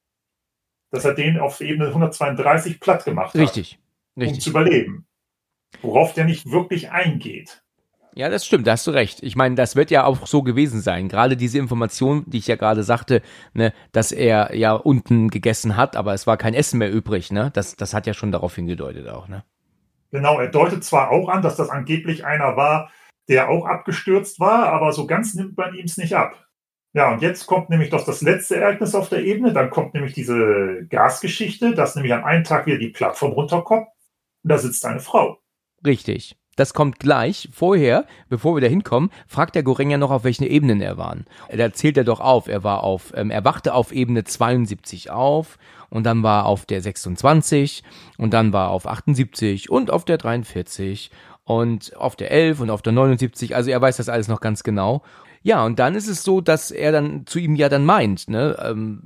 Dass er den auf Ebene 132 platt gemacht hat. Richtig. Um zu überleben. Worauf der nicht wirklich eingeht. Ja, das stimmt, da hast du recht. Ich meine, das wird ja auch so gewesen sein. Gerade diese Information, die ich ja gerade sagte, ne, dass er ja unten gegessen hat, aber es war kein Essen mehr übrig, ne? Das hat ja schon darauf hingedeutet auch, ne? Genau, er deutet zwar auch an, dass das angeblich einer war, der auch abgestürzt war, aber so ganz nimmt man ihm es nicht ab. Ja, und jetzt kommt nämlich doch das letzte Ereignis auf der Ebene. Dann kommt nämlich diese Gasgeschichte, dass nämlich an einem Tag wieder die Plattform runterkommt und da sitzt eine Frau. Richtig. Das kommt gleich. Vorher, bevor wir da hinkommen, fragt der Goreng ja noch, auf welchen Ebenen er war. Da zählt er doch auf. Er wachte auf Ebene 72 auf und dann war er auf der 26 und dann war er auf 78 und auf der 43 und auf der 11 und auf der 79. Also er weiß das alles noch ganz genau. Ja, und dann ist es so, dass er dann zu ihm ja dann meint, ne,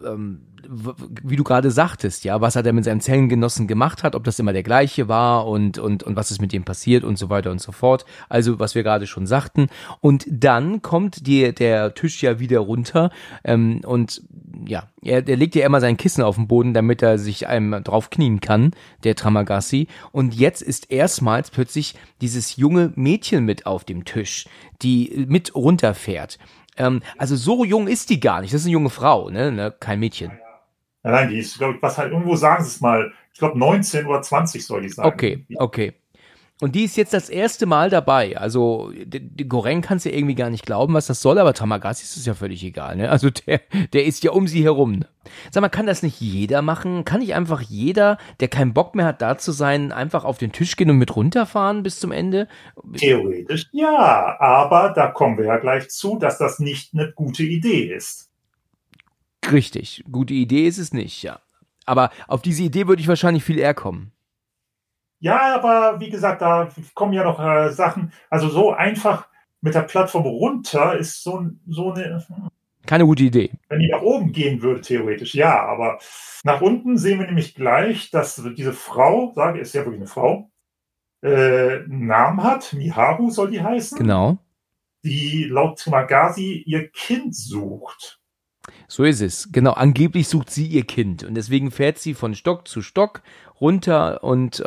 wie du gerade sagtest, ja, was er da mit seinem Zellengenossen gemacht hat, ob das immer der gleiche war und was ist mit ihm passiert und so weiter und so fort. Also, was wir gerade schon sagten. Und dann kommt der Tisch ja wieder runter und ja, der legt ja immer sein Kissen auf den Boden, damit er sich einem drauf knien kann, der Trimagasi. Und jetzt ist erstmals plötzlich dieses junge Mädchen mit auf dem Tisch, die mit runterfährt. Also so jung ist die gar nicht. Das ist eine junge Frau, ne? Kein Mädchen. Nein, die ist, glaube ich, was halt irgendwo sagen sie es mal, ich glaube 19 oder 20 soll die sein. Okay. Und die ist jetzt das erste Mal dabei. Also die Goreng kann es ja irgendwie gar nicht glauben, was das soll, aber Trimagasi ist es ja völlig egal, ne? Also der ist ja um sie herum. Ne? Sag mal, kann das nicht jeder machen? Kann nicht einfach jeder, der keinen Bock mehr hat, da zu sein, einfach auf den Tisch gehen und mit runterfahren bis zum Ende? Theoretisch ja, aber da kommen wir ja gleich zu, dass das nicht eine gute Idee ist. Richtig, gute Idee ist es nicht, ja. Aber auf diese Idee würde ich wahrscheinlich viel eher kommen. Ja, aber wie gesagt, da kommen ja noch Sachen. Also so einfach mit der Plattform runter ist so eine... Keine gute Idee. Wenn die nach oben gehen würde, theoretisch, ja. Aber nach unten sehen wir nämlich gleich, dass diese Frau, ist ja wirklich eine Frau, einen Namen hat. Miharu soll die heißen. Genau. Die laut Trimagasi ihr Kind sucht. So ist es. Genau, angeblich sucht sie ihr Kind. Und deswegen fährt sie von Stock zu Stock runter und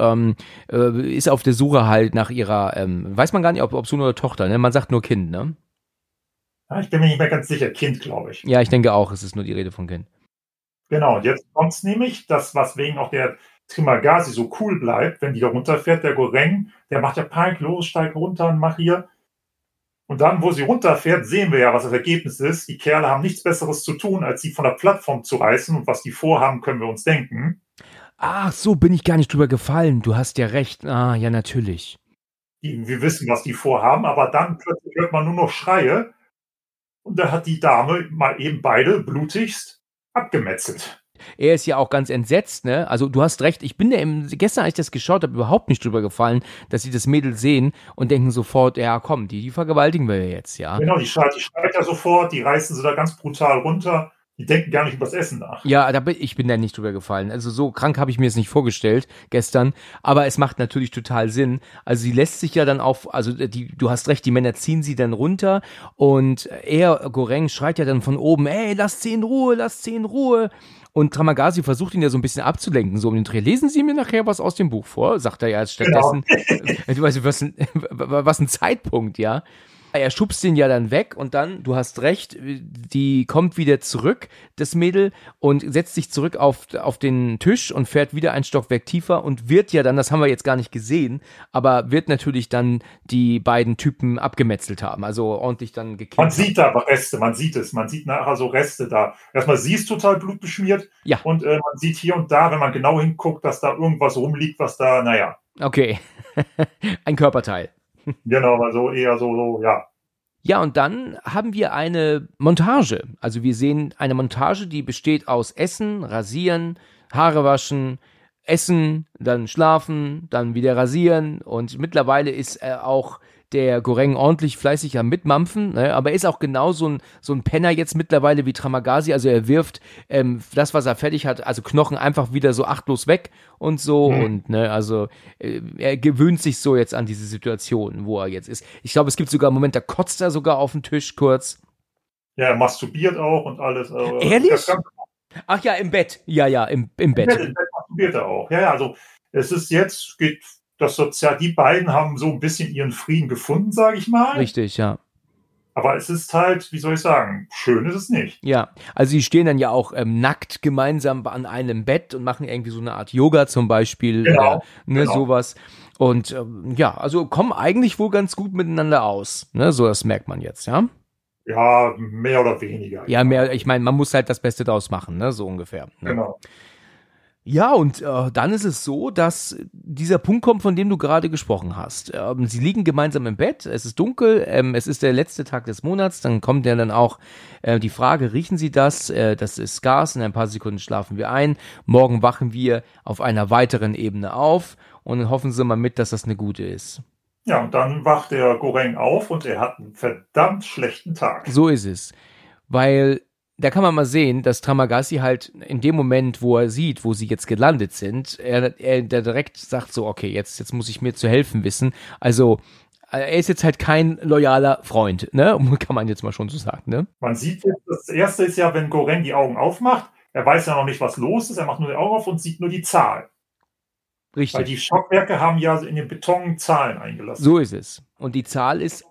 ist auf der Suche halt nach ihrer, weiß man gar nicht, ob Sohn oder Tochter, ne? Man sagt nur Kind, ne? Ja, ich bin mir nicht mehr ganz sicher. Kind, glaube ich. Ja, ich denke auch, es ist nur die Rede von Kind. Genau, und jetzt kommt es nämlich, das, was wegen auch der Trimagasi so cool bleibt, wenn die da runterfährt, der Goreng, der macht ja Panik, los, steig runter und mach hier. Und dann, wo sie runterfährt, sehen wir ja, was das Ergebnis ist. Die Kerle haben nichts Besseres zu tun, als sie von der Plattform zu reißen. Und was die vorhaben, können wir uns denken. Ach, so bin ich gar nicht drüber gefallen. Du hast ja recht. Ah, ja, natürlich. wir wissen, was die vorhaben, aber dann plötzlich hört man nur noch Schreie und da hat die Dame mal eben beide blutigst abgemetzelt. Er ist ja auch ganz entsetzt, ne? Also du hast recht, ich bin gestern, als ich das geschaut habe, überhaupt nicht drüber gefallen, dass sie das Mädel sehen und denken sofort, ja komm, die vergewaltigen wir jetzt, ja. Genau, die schreit ja sofort, die reißen sie da ganz brutal runter. Die denken gar nicht über das Essen nach. Ja, ich bin da nicht drüber gefallen. Also so krank habe ich mir es nicht vorgestellt gestern, aber es macht natürlich total Sinn. Also sie lässt sich ja dann du hast recht, die Männer ziehen sie dann runter und Goreng, schreit ja dann von oben, ey, lasst sie in Ruhe. Und Tramagasi versucht ihn ja so ein bisschen abzulenken, so um den Dreh. Lesen Sie mir nachher was aus dem Buch vor, sagt er ja stattdessen. Genau. Du weißt, was ein Zeitpunkt, ja. Er schubst ihn ja dann weg und dann, du hast recht, die kommt wieder zurück, das Mädel, und setzt sich zurück auf den Tisch und fährt wieder ein Stockwerk tiefer und wird ja dann, das haben wir jetzt gar nicht gesehen, aber wird natürlich dann die beiden Typen abgemetzelt haben, also ordentlich dann gekillt. Man sieht da Reste, man sieht nachher so Reste da. Erstmal sie ist total blutbeschmiert ja. Und man sieht hier und da, wenn man genau hinguckt, dass da irgendwas rumliegt, was da, naja. Okay, ein Körperteil. Genau, also eher so, ja. Ja, und dann haben wir eine Montage. Also wir sehen eine Montage, die besteht aus Essen, Rasieren, Haare waschen, Essen, dann schlafen, dann wieder rasieren. Und mittlerweile ist auch der Goreng ordentlich fleißig am Mitmampfen, ne? Aber er ist auch genau so ein Penner jetzt mittlerweile wie Tramagasi, also er wirft das, was er fertig hat, also Knochen einfach wieder so achtlos weg und so und ne, also er gewöhnt sich so jetzt an diese Situation, wo er jetzt ist. Ich glaube, es gibt sogar einen Moment, da kotzt er sogar auf den Tisch kurz. Ja, er masturbiert auch und alles. Ehrlich? Ach ja, im Bett. Ja, im Bett. Im Bett masturbiert er auch. Ja, also es ist jetzt, die beiden haben so ein bisschen ihren Frieden gefunden, sage ich mal. Richtig, ja. Aber es ist halt, wie soll ich sagen, schön ist es nicht. Ja, also sie stehen dann ja auch nackt gemeinsam an einem Bett und machen irgendwie so eine Art Yoga zum Beispiel. Genau, genau. Sowas. Und ja, also kommen eigentlich wohl ganz gut miteinander aus. Ne? So, das merkt man jetzt, ja? Ja, mehr oder weniger. Ja, mehr, ich meine, man muss halt das Beste draus machen, ne? So ungefähr. Ne? Genau. Ja, und dann ist es so, dass dieser Punkt kommt, von dem du gerade gesprochen hast. Sie liegen gemeinsam im Bett, es ist dunkel, es ist der letzte Tag des Monats, dann kommt ja dann auch die Frage, riechen Sie das? Das ist Gas, in ein paar Sekunden schlafen wir ein, morgen wachen wir auf einer weiteren Ebene auf und dann hoffen Sie mal mit, dass das eine gute ist. Ja, und dann wacht der Goreng auf und er hat einen verdammt schlechten Tag. So ist es, weil da kann man mal sehen, dass Tramagasi halt in dem Moment, wo er sieht, wo sie jetzt gelandet sind, er direkt sagt so, okay, jetzt muss ich mir zu helfen wissen. Also er ist jetzt halt kein loyaler Freund, ne? Kann man jetzt mal schon so sagen, ne? Man sieht jetzt, das Erste ist ja, wenn Goreng die Augen aufmacht, er weiß ja noch nicht, was los ist, er macht nur die Augen auf und sieht nur die Zahl. Richtig. Weil die Stockwerke haben ja in den Beton Zahlen eingelassen. So ist es. Und die Zahl ist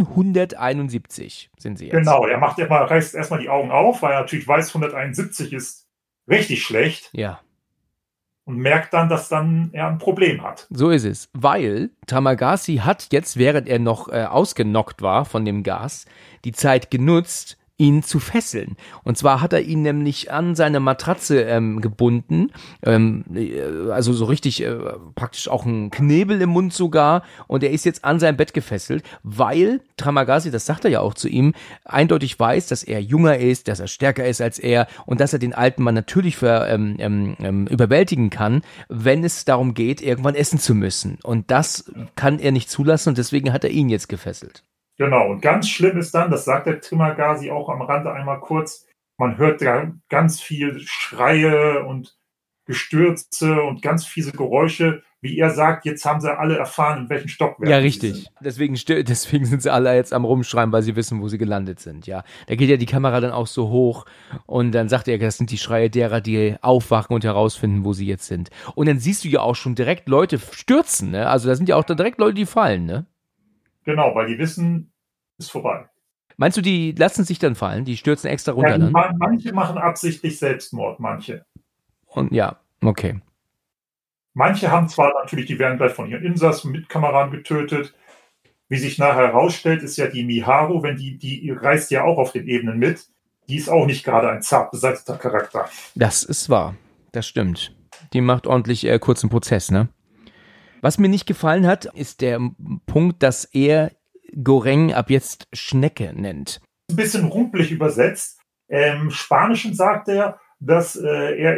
171 sind sie jetzt. Genau, er reißt erstmal die Augen auf, weil er natürlich weiß, 171 ist richtig schlecht. Ja. Und merkt dann, dass dann er ein Problem hat. So ist es, weil Tramagasi hat jetzt, während er noch ausgenockt war von dem Gas, die Zeit genutzt, ihn zu fesseln. Und zwar hat er ihn nämlich an seine Matratze gebunden, also so richtig praktisch auch ein Knebel im Mund sogar, und er ist jetzt an sein Bett gefesselt, weil Tramagasi, das sagt er ja auch zu ihm, eindeutig weiß, dass er jünger ist, dass er stärker ist als er und dass er den alten Mann natürlich überwältigen kann, wenn es darum geht, irgendwann essen zu müssen. Und das kann er nicht zulassen und deswegen hat er ihn jetzt gefesselt. Genau, und ganz schlimm ist dann, das sagt der Tramagasi auch am Rande einmal kurz, man hört da ganz viel Schreie und Gestürze und ganz fiese Geräusche. Wie er sagt, jetzt haben sie alle erfahren, in welchem Stockwerk ja, richtig. Deswegen sind sie alle jetzt am Rumschreien, weil sie wissen, wo sie gelandet sind, ja. Da geht ja die Kamera dann auch so hoch und dann sagt er, das sind die Schreie derer, die aufwachen und herausfinden, wo sie jetzt sind. Und dann siehst du ja auch schon direkt Leute stürzen, ne? Also da sind ja auch dann direkt Leute, die fallen, ne? Genau, weil die wissen, ist vorbei. Meinst du, die lassen sich dann fallen? Die stürzen extra runter dann? Manche machen absichtlich Selbstmord, manche. Und ja, okay. Manche haben zwar natürlich, die werden gleich von ihren Insassen mit Kameran getötet. Wie sich nachher herausstellt, ist ja die Miharu, wenn die reist ja auch auf den Ebenen mit. Die ist auch nicht gerade ein zart beseiteter Charakter. Das ist wahr. Das stimmt. Die macht ordentlich kurzen Prozess, ne? Was mir nicht gefallen hat, ist der Punkt, dass er Goreng ab jetzt Schnecke nennt. Ein bisschen rumpelig übersetzt. Im Spanischen sagt er, dass er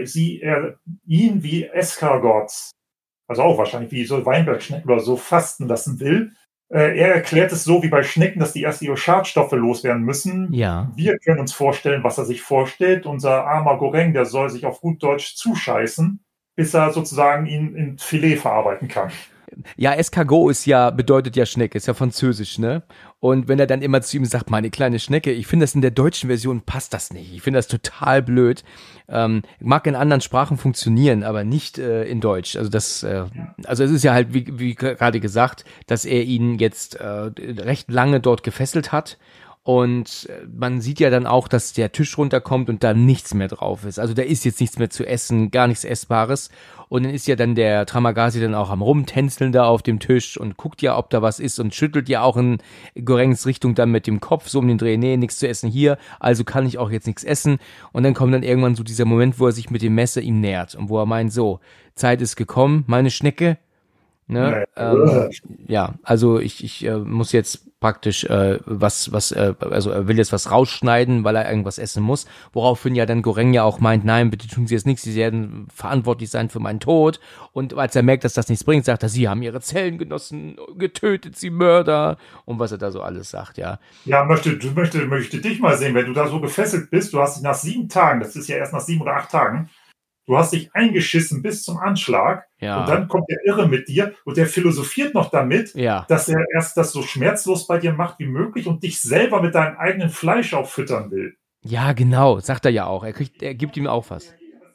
ihn wie Escargots, also auch wahrscheinlich wie so Weinbergschnecken oder so, fasten lassen will. Er erklärt es so wie bei Schnecken, dass die erst ihre Schadstoffe loswerden müssen. Ja. Wir können uns vorstellen, was er sich vorstellt. Unser armer Goreng, der soll sich auf gut Deutsch zuscheißen, bis er sozusagen ihn in Filet verarbeiten kann. Ja, Escargot bedeutet ja Schnecke, ist ja französisch, ne? Und wenn er dann immer zu ihm sagt, meine kleine Schnecke, ich finde das in der deutschen Version passt das nicht. Ich finde das total blöd. Mag in anderen Sprachen funktionieren, aber nicht in Deutsch. Also also es ist ja halt, wie gerade gesagt, dass er ihn jetzt recht lange dort gefesselt hat. Und man sieht ja dann auch, dass der Tisch runterkommt und da nichts mehr drauf ist. Also da ist jetzt nichts mehr zu essen, gar nichts Essbares. Und dann ist ja dann der Tamagasi dann auch am Rumtänzeln da auf dem Tisch und guckt ja, ob da was ist und schüttelt ja auch in Gorengs Richtung dann mit dem Kopf so um den Dreh, nee, nichts zu essen hier, also kann ich auch jetzt nichts essen. Und dann kommt dann irgendwann so dieser Moment, wo er sich mit dem Messer ihm nähert und wo er meint, so, Zeit ist gekommen, meine Schnecke. Ne? Ja, also ich muss jetzt praktisch also er will jetzt was rausschneiden, weil er irgendwas essen muss, woraufhin ja dann Goreng ja auch meint, nein, bitte tun Sie jetzt nichts, Sie werden verantwortlich sein für meinen Tod. Und als er merkt, dass das nichts bringt, sagt er, Sie haben Ihre Zellengenossen getötet, Sie Mörder, und was er da so alles sagt, ja. Ja, möchte dich mal sehen, wenn du da so gefesselt bist, du hast dich nach 7 Tagen, das ist ja erst nach 7 oder 8 Tagen, du hast dich eingeschissen bis zum Anschlag, ja. Und dann kommt der Irre mit dir und der philosophiert noch damit, ja. dass er erst das so schmerzlos bei dir macht wie möglich und dich selber mit deinem eigenen Fleisch auch füttern will. Ja, genau, sagt er ja auch. Er gibt ihm auch was.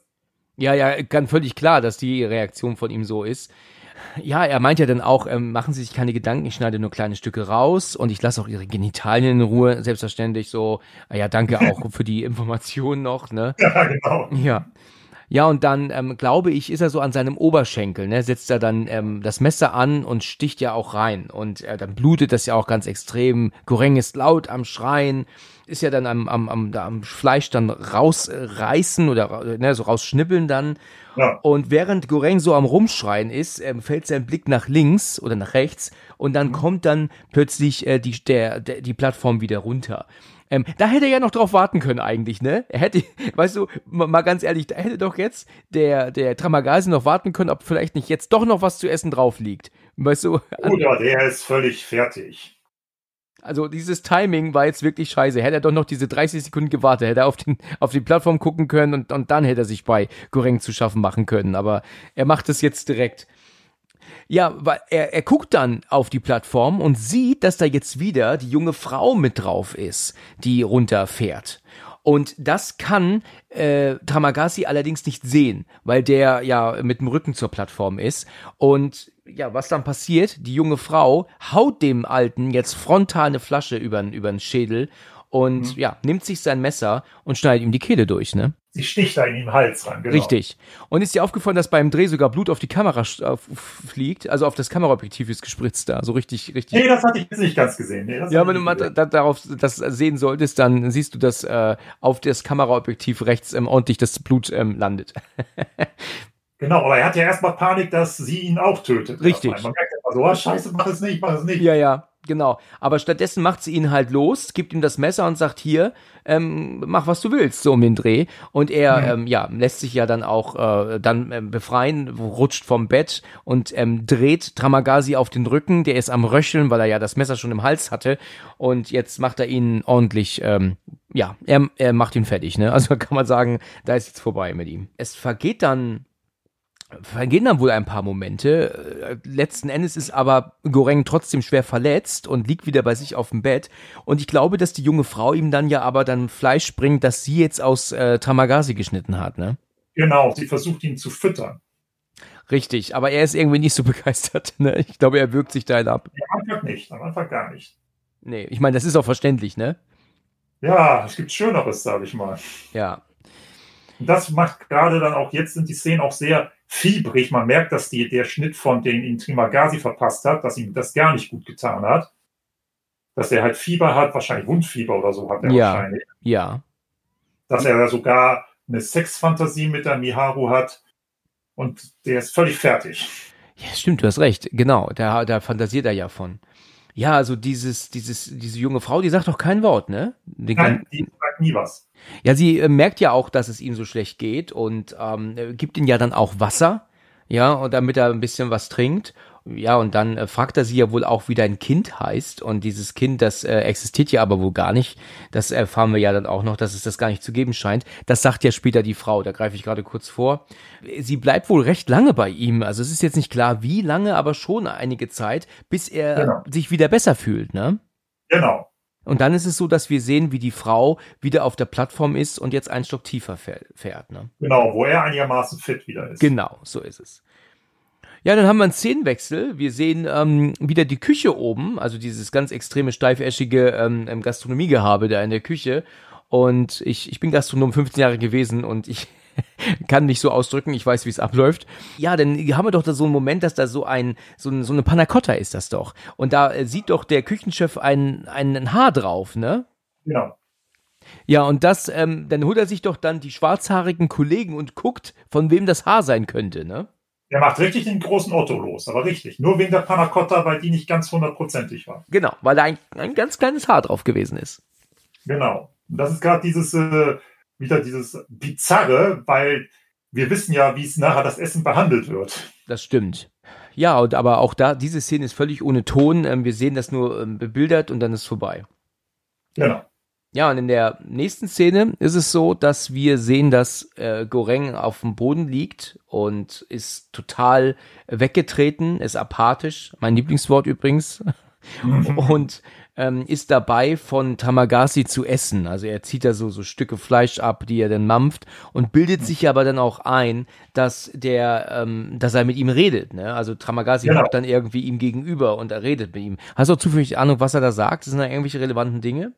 Ja, ganz völlig klar, dass die Reaktion von ihm so ist. Ja, er meint ja dann auch, machen Sie sich keine Gedanken, ich schneide nur kleine Stücke raus und ich lasse auch Ihre Genitalien in Ruhe, selbstverständlich so. Ja, danke auch für die Information noch, ne? Ja, genau. Ja. Ja, und dann, glaube ich, ist er so an seinem Oberschenkel, ne, setzt er dann das Messer an und sticht ja auch rein. Und dann blutet das ja auch ganz extrem. Goreng ist laut am Schreien, ist ja dann am Fleisch dann rausreißen oder so rausschnippeln dann. Ja. Und während Goreng so am Rumschreien ist, fällt sein Blick nach links oder nach rechts und dann kommt dann plötzlich die Plattform wieder runter. Da hätte er ja noch drauf warten können eigentlich, ne? Er hätte, weißt du, mal ganz ehrlich, da hätte doch jetzt der Tamagasi noch warten können, ob vielleicht nicht jetzt doch noch was zu essen drauf liegt. Weißt du? Oder der ist völlig fertig. Also dieses Timing war jetzt wirklich scheiße. Hätte er doch noch diese 30 Sekunden gewartet, hätte er auf die Plattform gucken können und dann hätte er sich bei Goreng zu schaffen machen können. Aber er macht es jetzt direkt. Ja, weil er guckt dann auf die Plattform und sieht, dass da jetzt wieder die junge Frau mit drauf ist, die runterfährt. Und das kann Tamagasi allerdings nicht sehen, weil der ja mit dem Rücken zur Plattform ist. Und ja, was dann passiert, die junge Frau haut dem Alten jetzt frontal eine Flasche übern Schädel und nimmt sich sein Messer und schneidet ihm die Kehle durch, ne? Sie sticht da in den Hals ran, genau. Richtig. Und ist dir aufgefallen, dass beim Dreh sogar Blut auf die Kamera fliegt? Also auf das Kameraobjektiv ist gespritzt da, so richtig. Nee, das hatte ich jetzt nicht ganz gesehen. Nee, ja, wenn du mal darauf das sehen solltest, dann siehst du, dass auf das Kameraobjektiv rechts ordentlich das Blut landet. Genau, aber er hat ja erstmal Panik, dass sie ihn auch tötet. Richtig. Man merkt ja so, scheiße, mach es nicht. Ja, genau. Aber stattdessen macht sie ihn halt los, gibt ihm das Messer und sagt, hier, mach was du willst, so um den Dreh. Und er, lässt sich ja dann auch befreien, rutscht vom Bett und dreht Tamagasi auf den Rücken. Der ist am Röcheln, weil er ja das Messer schon im Hals hatte. Und jetzt macht er ihn ordentlich, er macht ihn fertig, ne? Also kann man sagen, da ist jetzt vorbei mit ihm. Es vergehen dann wohl ein paar Momente. Letzten Endes ist aber Goreng trotzdem schwer verletzt und liegt wieder bei sich auf dem Bett. Und ich glaube, dass die junge Frau ihm dann Fleisch bringt, das sie jetzt aus Tamagasi geschnitten hat, ne? Genau, sie versucht ihn zu füttern. Richtig, aber er ist irgendwie nicht so begeistert, ne? Ich glaube, er wirkt sich da ab. Am Anfang gar nicht. Nee, ich meine, das ist auch verständlich, ne? Ja, es gibt Schöneres, sage ich mal. Ja. Und das macht gerade dann auch, jetzt sind die Szenen auch sehr fiebrig. Man merkt, dass der Schnitt von den ihn Tamagasi verpasst hat, dass ihm das gar nicht gut getan hat. Dass er halt Fieber hat, wahrscheinlich Wundfieber oder so hat er wahrscheinlich. Ja. Dass er sogar eine Sexfantasie mit der Miharu hat und der ist völlig fertig. Ja, stimmt, du hast recht. Genau, da fantasiert er ja von. Ja, also diese junge Frau, die sagt doch kein Wort, ne? Nein, die sagt nie was. Ja, sie merkt ja auch, dass es ihm so schlecht geht und gibt ihm ja dann auch Wasser, ja, und damit er ein bisschen was trinkt. Ja, und dann fragt er sie ja wohl auch, wie dein Kind heißt. Und dieses Kind, das existiert ja aber wohl gar nicht. Das erfahren wir ja dann auch noch, dass es das gar nicht zu geben scheint. Das sagt ja später die Frau, da greife ich gerade kurz vor. Sie bleibt wohl recht lange bei ihm. Also es ist jetzt nicht klar, wie lange, aber schon einige Zeit, bis er sich wieder besser fühlt, ne? Genau. Und dann ist es so, dass wir sehen, wie die Frau wieder auf der Plattform ist und jetzt einen Stock tiefer fährt, ne? Genau, wo er einigermaßen fit wieder ist. Genau, so ist es. Ja, dann haben wir einen Szenenwechsel. Wir sehen wieder die Küche oben, also dieses ganz extreme steifäschige Gastronomiegehabe da in der Küche. Und ich bin Gastronom 15 Jahre gewesen und ich kann mich so ausdrücken, ich weiß, wie es abläuft. Ja, dann haben wir doch da so einen Moment, dass da so eine Panna Cotta ist das doch. Und da sieht doch der Küchenchef ein Haar drauf, ne? Genau. Ja, und dann holt er sich doch dann die schwarzhaarigen Kollegen und guckt, von wem das Haar sein könnte, ne? Der macht richtig den großen Otto los, aber richtig. Nur wegen der Panna Cotta, weil die nicht ganz 100%ig war. Genau, weil da ein ganz kleines Haar drauf gewesen ist. Genau. Und das ist gerade wieder dieses Bizarre, weil wir wissen ja, wie es nachher das Essen behandelt wird. Das stimmt. Ja, aber auch diese Szene ist völlig ohne Ton. Wir sehen das nur bebildert und dann ist vorbei. Genau. Ja, und in der nächsten Szene ist es so, dass wir sehen, dass Goreng auf dem Boden liegt und ist total weggetreten, ist apathisch, mein Lieblingswort übrigens, und ist dabei, von Tamagasi zu essen. Also er zieht da so Stücke Fleisch ab, die er dann mampft und bildet sich aber dann auch ein, dass er mit ihm redet. Ne? Also Tamagasi hockt dann irgendwie ihm gegenüber und er redet mit ihm. Hast du auch zufällig Ahnung, was er da sagt? Sind da irgendwelche relevanten Dinge?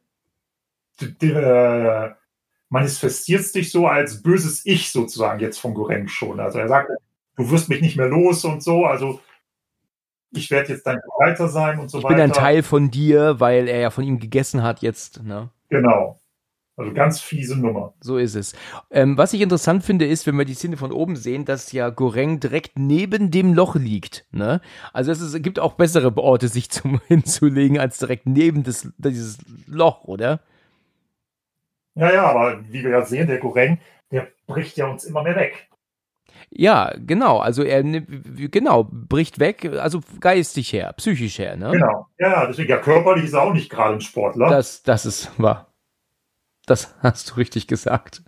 Manifestiert sich so als böses Ich sozusagen jetzt von Goreng schon. Also er sagt, du wirst mich nicht mehr los und so, also ich werde jetzt dein Begleiter sein und so weiter. Ich bin ein Teil von dir, weil er ja von ihm gegessen hat jetzt, ne? Genau. Also ganz fiese Nummer. So ist es. Was ich interessant finde, ist, wenn wir die Szene von oben sehen, dass ja Goreng direkt neben dem Loch liegt, ne? Also es gibt auch bessere Orte, sich hinzulegen, als direkt neben dieses Loch, oder? Ja, aber wie wir ja sehen, der Goreng, der bricht ja uns immer mehr weg. Ja, genau. Also bricht weg, also geistig her, psychisch her, ne? Genau. Ja, deswegen, ja, körperlich ist er auch nicht gerade ein Sportler. Das ist wahr. Das hast du richtig gesagt.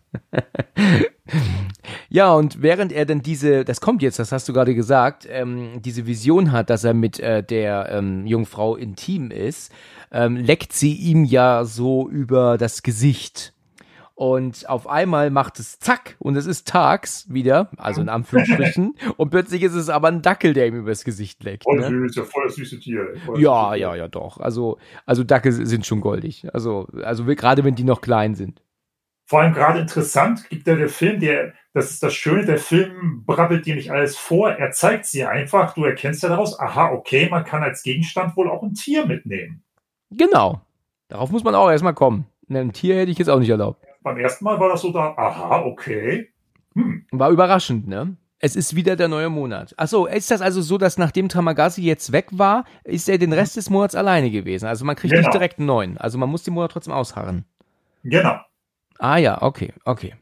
Ja, und während er dann das kommt jetzt, das hast du gerade gesagt, diese Vision hat, dass er mit der Jungfrau intim ist, leckt sie ihm ja so über das Gesicht. Und auf einmal macht es zack und es ist tags wieder, also in Anführungsstrichen, und plötzlich ist es aber ein Dackel, der ihm übers Gesicht leckt. Voll ne? süß, ja, voll das süße Tier. Ja, doch. Also Dackel sind schon goldig. Also gerade wenn die noch klein sind. Vor allem gerade interessant gibt der Film, das ist das Schöne, der Film brabbelt dir nicht alles vor, er zeigt sie einfach, du erkennst ja daraus, aha, okay, man kann als Gegenstand wohl auch ein Tier mitnehmen. Genau. Darauf muss man auch erstmal kommen. Ein Tier hätte ich jetzt auch nicht erlaubt. Beim ersten Mal war das so da, aha, okay. War überraschend, ne? Es ist wieder der neue Monat. Achso, ist das also so, dass nachdem Tamagasi jetzt weg war, ist er den Rest des Monats alleine gewesen? Also man kriegt nicht direkt einen neuen. Also man muss den Monat trotzdem ausharren. Genau. Ah ja, okay.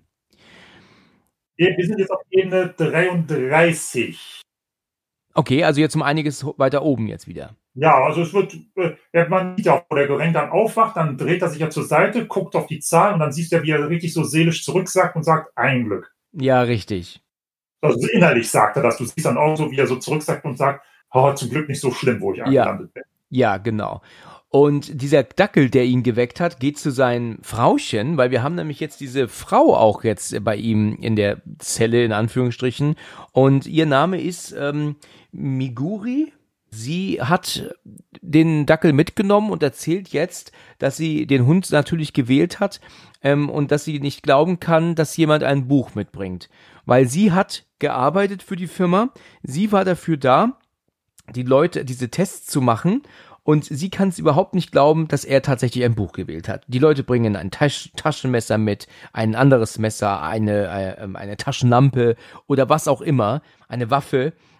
Wir sind jetzt auf Ebene 33. Okay, also jetzt um einiges weiter oben jetzt wieder. Ja, also es wird, man sieht ja, wo der Goreng dann aufwacht, dann dreht er sich ja zur Seite, guckt auf die Zahl und dann siehst du ja, wie er richtig so seelisch zurücksagt und sagt, ein Glück. Ja, richtig. Also innerlich sagt er das. Du siehst dann auch so, wie er so zurücksagt und sagt, oh, zum Glück nicht so schlimm, wo ich angelandet bin. Ja, genau. Und dieser Dackel, der ihn geweckt hat, geht zu seinem Frauchen, weil wir haben nämlich jetzt diese Frau auch jetzt bei ihm in der Zelle, in Anführungsstrichen. Und ihr Name ist Miguri. Sie hat den Dackel mitgenommen und erzählt jetzt, dass sie den Hund natürlich gewählt hat und dass sie nicht glauben kann, dass jemand ein Buch mitbringt. Weil sie hat gearbeitet für die Firma, sie war dafür da, die Leute diese Tests zu machen und sie kann es überhaupt nicht glauben, dass er tatsächlich ein Buch gewählt hat. Die Leute bringen ein Taschenmesser mit, ein anderes Messer, eine Taschenlampe oder was auch immer, eine Waffe.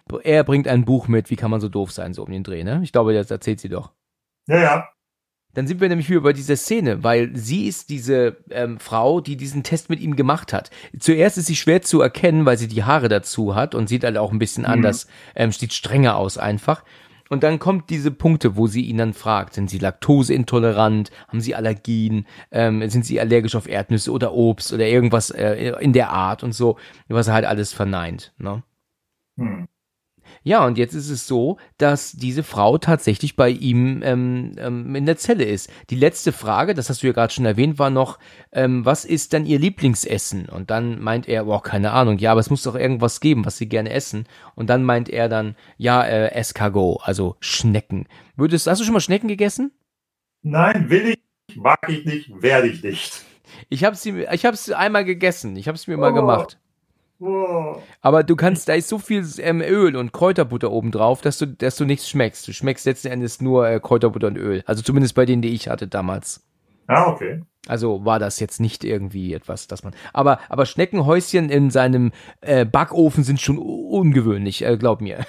er bringt ein Buch mit, wie kann man so doof sein, so um den Dreh, ne? Ich glaube, das erzählt sie doch. Ja, ja. Dann sind wir nämlich wieder bei dieser Szene, weil sie ist diese Frau, die diesen Test mit ihm gemacht hat. Zuerst ist sie schwer zu erkennen, weil sie die Haare dazu hat und sieht halt auch ein bisschen anders, sieht strenger aus einfach. Und dann kommt diese Punkte, wo sie ihn dann fragt, sind sie laktoseintolerant, haben sie Allergien, sind sie allergisch auf Erdnüsse oder Obst oder irgendwas in der Art und so, was er halt alles verneint, ne? Ja, und jetzt ist es so, dass diese Frau tatsächlich bei ihm in der Zelle ist. Die letzte Frage, das hast du ja gerade schon erwähnt, war noch, was ist dann ihr Lieblingsessen? Und dann meint er, boah, keine Ahnung, ja, aber es muss doch irgendwas geben, was sie gerne essen. Und dann meint er dann, ja, Escargot, also Schnecken. Hast du schon mal Schnecken gegessen? Nein, will ich, mag ich nicht, werde ich nicht. Ich hab's einmal gegessen, ich hab's mir mal gemacht. Oh. Aber da ist so viel Öl und Kräuterbutter oben drauf, dass du nichts schmeckst. Du schmeckst letzten Endes nur Kräuterbutter und Öl. Also zumindest bei denen, die ich hatte damals. Ah, okay. Also war das jetzt nicht irgendwie etwas, dass man. Aber Schneckenhäuschen in seinem Backofen sind schon ungewöhnlich, glaub mir.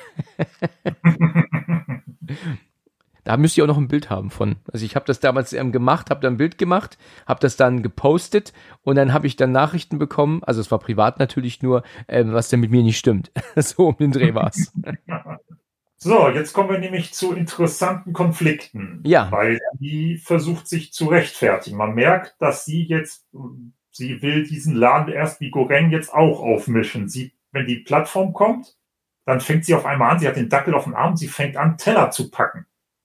Da müsst ihr auch noch ein Bild haben von. Also ich habe das damals gemacht, habe dann ein Bild gemacht, habe das dann gepostet und dann habe ich dann Nachrichten bekommen, also es war privat natürlich nur, was denn mit mir nicht stimmt. So um den Dreh war's. So, jetzt kommen wir nämlich zu interessanten Konflikten. Ja. Weil die versucht sich zu rechtfertigen. Man merkt, dass sie will diesen Laden erst wie Goreng jetzt auch aufmischen. Wenn die Plattform kommt, dann fängt sie auf einmal an, sie hat den Dackel auf dem Arm, sie fängt an, Teller zu packen.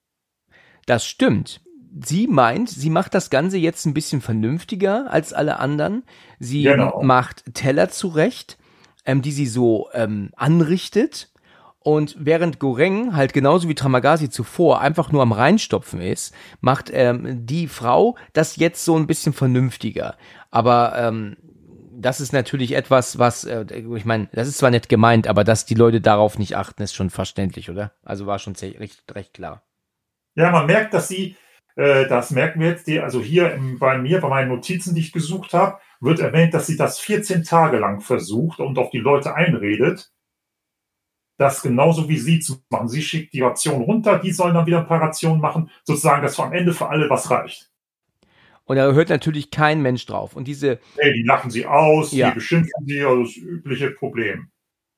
Das stimmt. Sie meint, sie macht das Ganze jetzt ein bisschen vernünftiger als alle anderen. Sie macht Teller zurecht, die sie so anrichtet. Und während Goreng halt genauso wie Tamagasi zuvor einfach nur am Reinstopfen ist, macht die Frau das jetzt so ein bisschen vernünftiger. Aber das ist natürlich etwas, was, ich meine, das ist zwar nett gemeint, aber dass die Leute darauf nicht achten, ist schon verständlich, oder? Also war schon recht klar. Ja, man merkt, dass das merken wir jetzt, also hier bei meinen Notizen, die ich gesucht habe, wird erwähnt, dass sie das 14 Tage lang versucht und auf die Leute einredet, das genauso wie sie zu machen. Sie schickt die Ration runter, die sollen dann wieder ein paar Rationen machen, sozusagen, dass am Ende für alle was reicht. Und da hört natürlich kein Mensch drauf. Und die lachen sie aus, die beschimpfen sie, also das übliche Problem.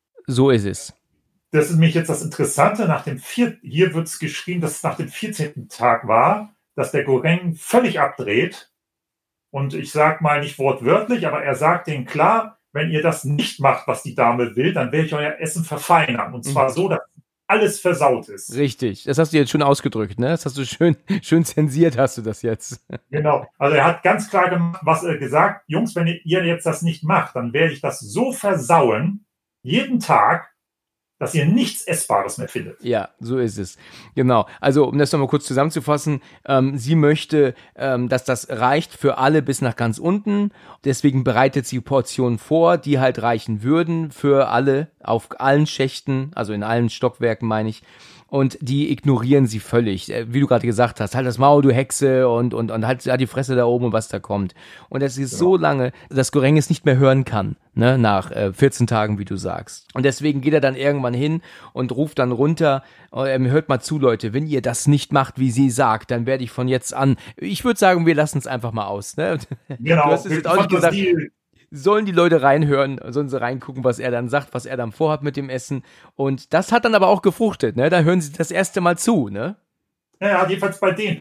So ist es. Das ist nämlich jetzt das Interessante, hier wird es geschrieben, dass es nach dem 14. Tag war, dass der Goreng völlig abdreht. Und ich sag mal nicht wortwörtlich, aber er sagt denen klar, wenn ihr das nicht macht, was die Dame will, dann werde ich euer Essen verfeinern. Und zwar so, dass alles versaut ist. Richtig, das hast du jetzt schon ausgedrückt, ne? Das hast du schön zensiert, hast du das jetzt. Genau, also er hat ganz klar gemacht, was er gesagt, Jungs, wenn ihr jetzt das nicht macht, dann werde ich das so versauen, jeden Tag, dass ihr nichts Essbares mehr findet. Ja, so ist es. Genau. Also, um das nochmal kurz zusammenzufassen, sie möchte, dass das reicht für alle bis nach ganz unten. Deswegen bereitet sie Portionen vor, die halt reichen würden für alle auf allen Schächten, also in allen Stockwerken meine ich. Und die ignorieren sie völlig. Wie du gerade gesagt hast, halt das Maul, du Hexe, und halt die Fresse da oben und was da kommt. Und das ist so lange, dass Goreng es nicht mehr hören kann, ne, nach 14 Tagen, wie du sagst. Und deswegen geht er dann irgendwann hin und ruft dann runter, hört mal zu, Leute, wenn ihr das nicht macht, wie sie sagt, dann werde ich von jetzt an, ich würde sagen, wir lassen es einfach mal aus, ne? Genau. Du hast es jetzt auch nicht gesagt. Sollen die Leute reinhören, sollen sie reingucken, was er dann sagt, was er dann vorhat mit dem Essen. Und das hat dann aber auch gefruchtet, ne? Da hören sie das erste Mal zu, ne? Ja, jedenfalls bei denen.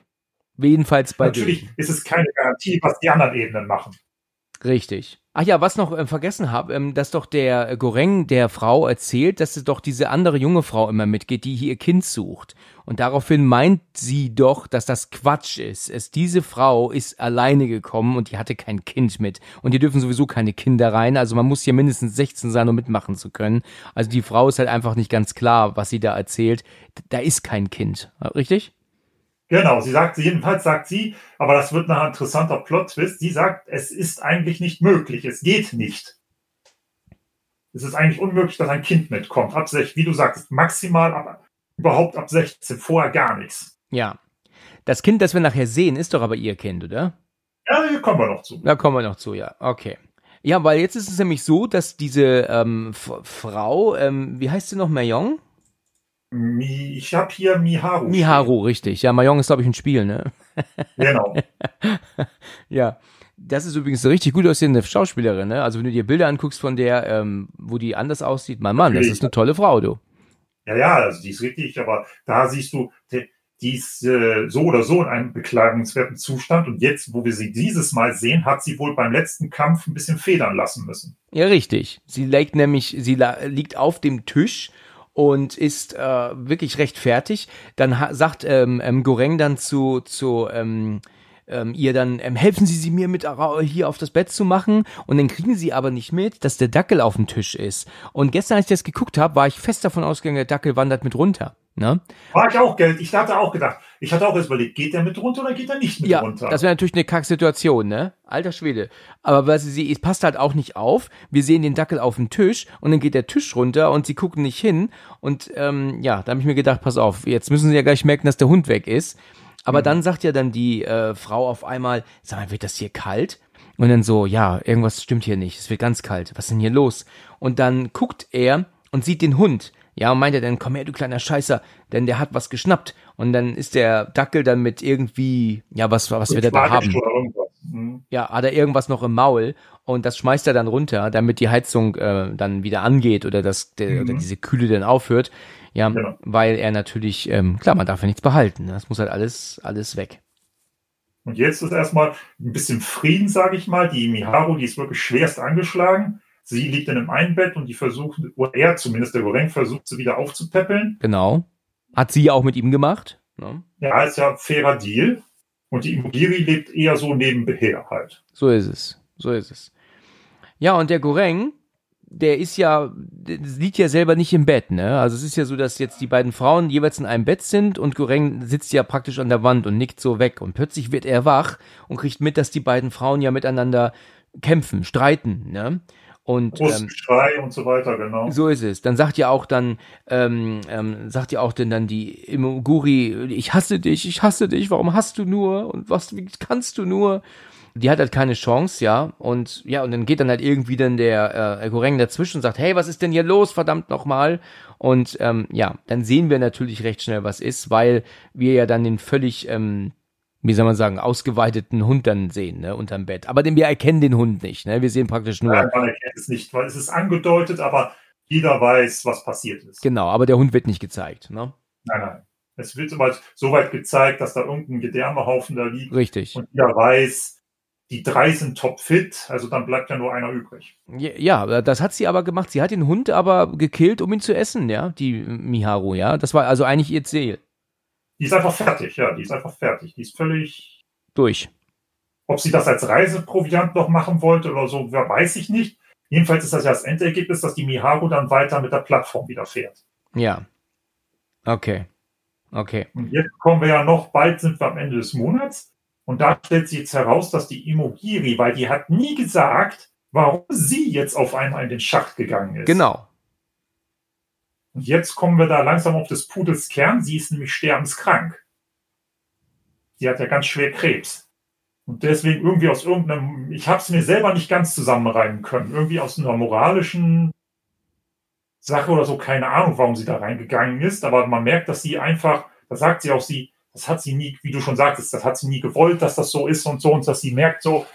Natürlich ist es keine Garantie, was die anderen Ebenen machen. Richtig. Ach ja, was noch vergessen habe, dass doch der Goreng der Frau erzählt, dass es doch diese andere junge Frau immer mitgeht, die hier ihr Kind sucht. Und daraufhin meint sie doch, dass das Quatsch ist. Diese Frau ist alleine gekommen und die hatte kein Kind mit. Und hier dürfen sowieso keine Kinder rein. Also man muss hier mindestens 16 sein, um mitmachen zu können. Also die Frau ist halt einfach nicht ganz klar, was sie da erzählt. Da ist kein Kind. Richtig? Genau, jedenfalls sagt sie, aber das wird ein interessanter Plot-Twist, sie sagt, es ist eigentlich nicht möglich, es geht nicht. Es ist eigentlich unmöglich, dass ein Kind mitkommt. Ab 16, wie du sagst, maximal überhaupt ab 16, vorher gar nichts. Ja. Das Kind, das wir nachher sehen, ist doch aber ihr Kind, oder? Ja, hier kommen wir noch zu. Da kommen wir noch zu, ja. Okay. Ja, weil jetzt ist es nämlich so, dass diese Frau, wie heißt sie noch, Marion? Ich habe hier Miharu. Miharu, richtig. Ja, Mahjong ist, glaube ich, ein Spiel, ne? Genau. Ja. Das ist übrigens eine richtig gut aussehende Schauspielerin, ne? Also wenn du dir Bilder anguckst von der, wo die anders aussieht, mein Mann, das ist eine tolle Frau, du. Ja, also die ist richtig, aber da siehst du, die ist so oder so in einem beklagenswerten Zustand und jetzt, wo wir sie dieses Mal sehen, hat sie wohl beim letzten Kampf ein bisschen federn lassen müssen. Ja, richtig. Sie liegt auf dem Tisch und ist wirklich recht fertig. Dann sagt Goreng dann zu ihr dann, helfen Sie mir mit hier auf das Bett zu machen, und dann kriegen sie aber nicht mit, dass der Dackel auf dem Tisch ist. Und gestern, als ich das geguckt habe, war ich fest davon ausgegangen, der Dackel wandert mit runter. Ne? War ich auch, Geld. Ich hatte auch gedacht, ich hatte auch erst überlegt, geht der mit runter oder geht er nicht mit runter? Ja, das wäre natürlich eine Kacksituation, ne? Alter Schwede. Aber weil sie passt halt auch nicht auf. Wir sehen den Dackel auf dem Tisch und dann geht der Tisch runter und sie gucken nicht hin. Und da habe ich mir gedacht, pass auf, jetzt müssen sie ja gleich merken, dass der Hund weg ist. Aber dann sagt ja dann die Frau auf einmal, sag mal, wird das hier kalt? Und dann so, ja, irgendwas stimmt hier nicht, es wird ganz kalt, was ist denn hier los? Und dann guckt er und sieht den Hund. Ja, und meint er dann, komm her, du kleiner Scheißer, denn der hat was geschnappt. Und dann ist der Dackel dann mit irgendwie, ja, was wird er da haben? Ja, hat er irgendwas noch im Maul und das schmeißt er dann runter, damit die Heizung dann wieder angeht oder oder diese Kühle dann aufhört. Ja, genau. Weil er natürlich, klar, man darf ja nichts behalten. Das muss halt alles weg. Und jetzt ist erstmal ein bisschen Frieden, sage ich mal. Die Miharu, die ist wirklich schwerst angeschlagen. Sie liegt in einem Einbett und oder er zumindest, der Goreng, versucht sie wieder aufzupäppeln. Genau. Hat sie ja auch mit ihm gemacht. Ne? Ja, ist ja ein fairer Deal. Und die Imogiri lebt eher so nebenher halt. So ist es. Ja, und der Goreng, der liegt ja selber nicht im Bett, ne? Also es ist ja so, dass jetzt die beiden Frauen jeweils in einem Bett sind und Goreng sitzt ja praktisch an der Wand und nickt so weg. Und plötzlich wird er wach und kriegt mit, dass die beiden Frauen ja miteinander kämpfen, streiten, ne? Und Schrei und so weiter, genau. So ist es. Dann sagt ja auch dann die Imoguri, ich hasse dich, warum hast du nur und wie kannst du nur? Die hat halt keine Chance, ja. Und dann geht dann halt irgendwie dann der Goreng dazwischen und sagt, hey, was ist denn hier los, verdammt nochmal? Und dann sehen wir natürlich recht schnell, was ist, weil wir ja dann den völlig wie soll man sagen, ausgeweiteten Hund dann sehen, ne, unterm Bett. Aber wir erkennen den Hund nicht, ne? Wir sehen praktisch nur. Nein, man erkennt es nicht, weil es ist angedeutet, aber jeder weiß, was passiert ist. Genau, aber der Hund wird nicht gezeigt, ne? Nein. Es wird so weit gezeigt, dass da irgendein Gedärmehaufen da liegt. Richtig. Und jeder weiß, die 3 sind topfit, also dann bleibt ja nur einer übrig. Ja, das hat sie aber gemacht. Sie hat den Hund aber gekillt, um ihn zu essen, ja, die Miharu, ja. Das war also eigentlich ihr Ziel. Die ist einfach fertig, ja, die ist völlig durch. Ob sie das als Reiseproviant noch machen wollte oder so, weiß ich nicht. Jedenfalls ist das ja das Endergebnis, dass die Miharu dann weiter mit der Plattform wieder fährt. Ja. Okay. Und jetzt kommen wir ja noch, bald sind wir am Ende des Monats. Und da stellt sich jetzt heraus, dass die Imogiri, weil die hat nie gesagt, warum sie jetzt auf einmal in den Schacht gegangen ist. Genau. Und jetzt kommen wir da langsam auf des Pudels Kern. Sie ist nämlich sterbenskrank. Sie hat ja ganz schwer Krebs. Und deswegen irgendwie aus irgendeinem, ich habe es mir selber nicht ganz zusammenreimen können, irgendwie aus einer moralischen Sache oder so, keine Ahnung, warum sie da reingegangen ist. Aber man merkt, dass sie einfach, da sagt sie auch, das hat sie nie, wie du schon sagtest, das hat sie nie gewollt, dass das so ist und so. Und dass sie merkt so,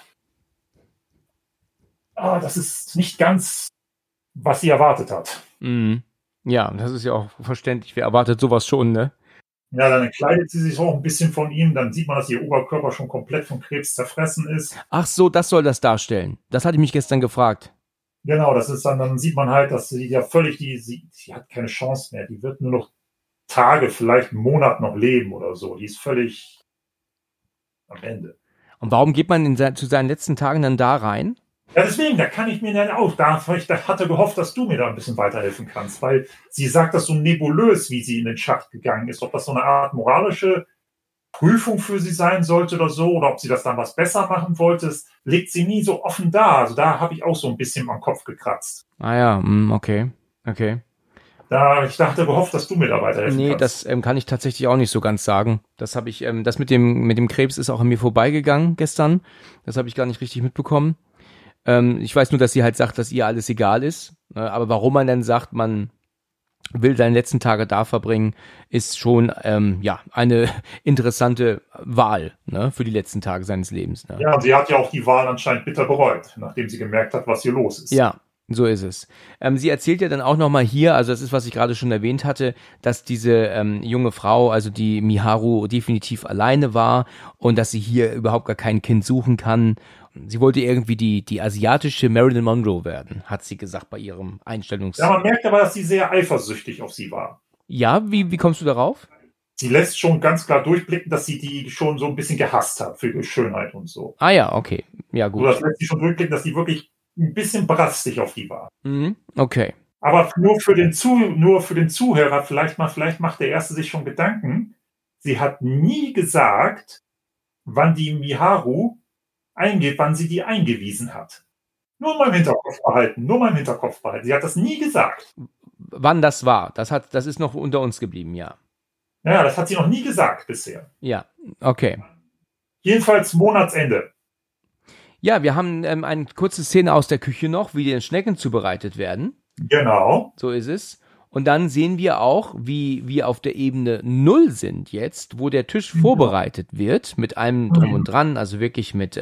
das ist nicht ganz, was sie erwartet hat. Mhm. Ja, das ist ja auch verständlich. Wer erwartet sowas schon, ne? Ja, dann kleidet sie sich auch ein bisschen von ihm. Dann sieht man, dass ihr Oberkörper schon komplett von Krebs zerfressen ist. Ach so, das soll das darstellen. Das hatte ich mich gestern gefragt. Genau, das ist dann sieht man halt, dass sie ja völlig, sie hat keine Chance mehr. Die wird nur noch Tage, vielleicht einen Monat noch leben oder so. Die ist völlig am Ende. Und warum geht man zu seinen letzten Tagen dann da rein? Ja, deswegen, da kann ich mir dann auch, ich hatte gehofft, dass du mir da ein bisschen weiterhelfen kannst, weil sie sagt das so nebulös, wie sie in den Schacht gegangen ist, ob das so eine Art moralische Prüfung für sie sein sollte oder so, oder ob sie das dann was besser machen wollte, das legt sie nie so offen dar. Also da habe ich auch so ein bisschen am Kopf gekratzt. Ah ja, okay. Ich dachte gehofft, dass du mir da weiterhelfen kannst. Nee, das kann ich tatsächlich auch nicht so ganz sagen. Das habe ich, das mit dem Krebs ist auch an mir vorbeigegangen gestern. Das habe ich gar nicht richtig mitbekommen. Ich weiß nur, dass sie halt sagt, dass ihr alles egal ist. Aber warum man dann sagt, man will seine letzten Tage da verbringen, ist schon eine interessante Wahl, ne, für die letzten Tage seines Lebens. Ne? Ja, und sie hat ja auch die Wahl anscheinend bitter bereut, nachdem sie gemerkt hat, was hier los ist. Ja, so ist es. Sie erzählt ja dann auch nochmal hier, also das ist, was ich gerade schon erwähnt hatte, dass diese junge Frau, also die Miharu, definitiv alleine war und dass sie hier überhaupt gar kein Kind suchen kann. Sie wollte irgendwie die asiatische Marilyn Monroe werden, hat sie gesagt bei ihrem Ja, man merkt aber, dass sie sehr eifersüchtig auf sie war. Ja, wie kommst du darauf? Sie lässt schon ganz klar durchblicken, dass sie die schon so ein bisschen gehasst hat für ihre Schönheit und so. Ah ja, okay. Ja, gut. So, das lässt sie schon durchblicken, dass sie wirklich ein bisschen brassig auf die war. Okay. Aber nur für den Zuhörer, vielleicht macht der Erste sich schon Gedanken. Sie hat nie gesagt, wann die Miharu eingeht, wann sie die eingewiesen hat. Nur mal im Hinterkopf behalten. Sie hat das nie gesagt. Wann das war, das ist noch unter uns geblieben, ja. Naja, das hat sie noch nie gesagt bisher. Ja, okay. Jedenfalls Monatsende. Ja, wir haben eine kurze Szene aus der Küche noch, wie die Schnecken zubereitet werden. Genau. So ist es. Und dann sehen wir auch, wie wir auf der Ebene 0 sind jetzt, wo der Tisch vorbereitet wird, mit allem drum und dran, also wirklich mit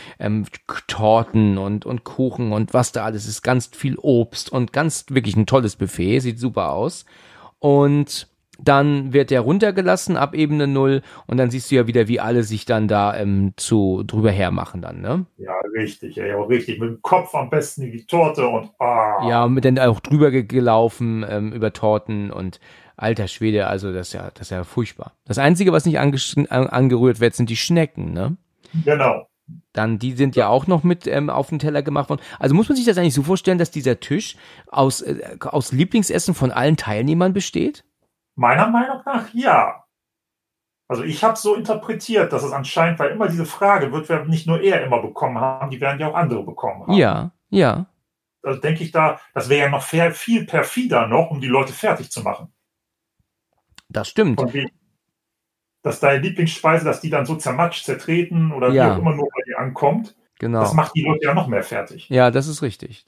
Torten und Kuchen und was da alles ist, ganz viel Obst und ganz wirklich ein tolles Buffet, sieht super aus. Und dann wird der runtergelassen ab Ebene 0 und dann siehst du ja wieder, wie alle sich dann da drüber hermachen dann, ne? Ja, richtig, ja, richtig. Mit dem Kopf am besten in die Torte und Ja, und dann auch drüber gelaufen über Torten und alter Schwede, also das ist ja furchtbar. Das Einzige, was nicht angerührt wird, sind die Schnecken, ne? Genau. Dann, die sind ja auch noch mit auf den Teller gemacht worden. Also muss man sich das eigentlich so vorstellen, dass dieser Tisch aus Lieblingsessen von allen Teilnehmern besteht? Meiner Meinung nach ja. Also ich habe es so interpretiert, dass es anscheinend, weil immer diese Frage wird nicht nur er immer bekommen haben, die werden ja auch andere bekommen haben. Ja, ja. Also denke ich das wäre ja noch viel perfider noch, um die Leute fertig zu machen. Das stimmt. Dass deine Lieblingsspeise, dass die dann so zertreten oder wie auch immer nur bei dir ankommt, genau. Das macht die Leute ja noch mehr fertig. Ja, das ist richtig.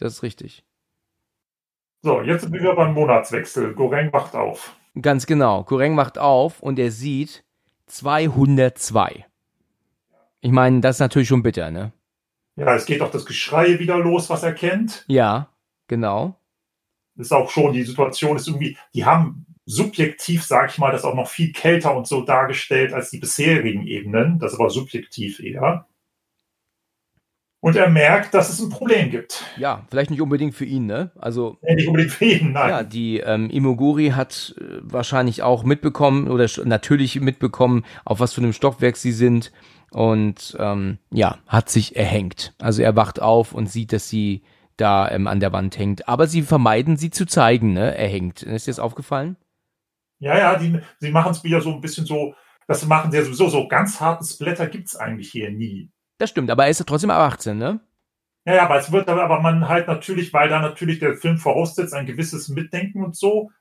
So, jetzt sind wir wieder beim Monatswechsel. Goreng wacht auf. Ganz genau. Goreng wacht auf und er sieht 202. Ich meine, das ist natürlich schon bitter, ne? Ja, es geht auch das Geschrei wieder los, was er kennt. Ja, genau. Das ist auch schon, die Situation ist irgendwie, die haben subjektiv, sag ich mal, das auch noch viel kälter und so dargestellt als die bisherigen Ebenen. Das ist aber subjektiv eher. Und er merkt, dass es ein Problem gibt. Ja, vielleicht nicht unbedingt für ihn, ne? Also nicht unbedingt für ihn, nein. Ja, die Imoguri hat wahrscheinlich auch mitbekommen oder natürlich mitbekommen, auf was für einem Stockwerk sie sind und hat sich erhängt. Also er wacht auf und sieht, dass sie da an der Wand hängt. Aber sie vermeiden, sie zu zeigen, ne? Er hängt. Ist dir das aufgefallen? Ja, sie machen es wieder so ein bisschen so, das machen sie ja sowieso so ganz harten Splatter gibt's eigentlich hier nie. Das stimmt, aber er ist trotzdem ab 18, ne? Ja, aber man halt natürlich, weil da natürlich der Film voraussetzt, ein gewisses Mitdenken und so,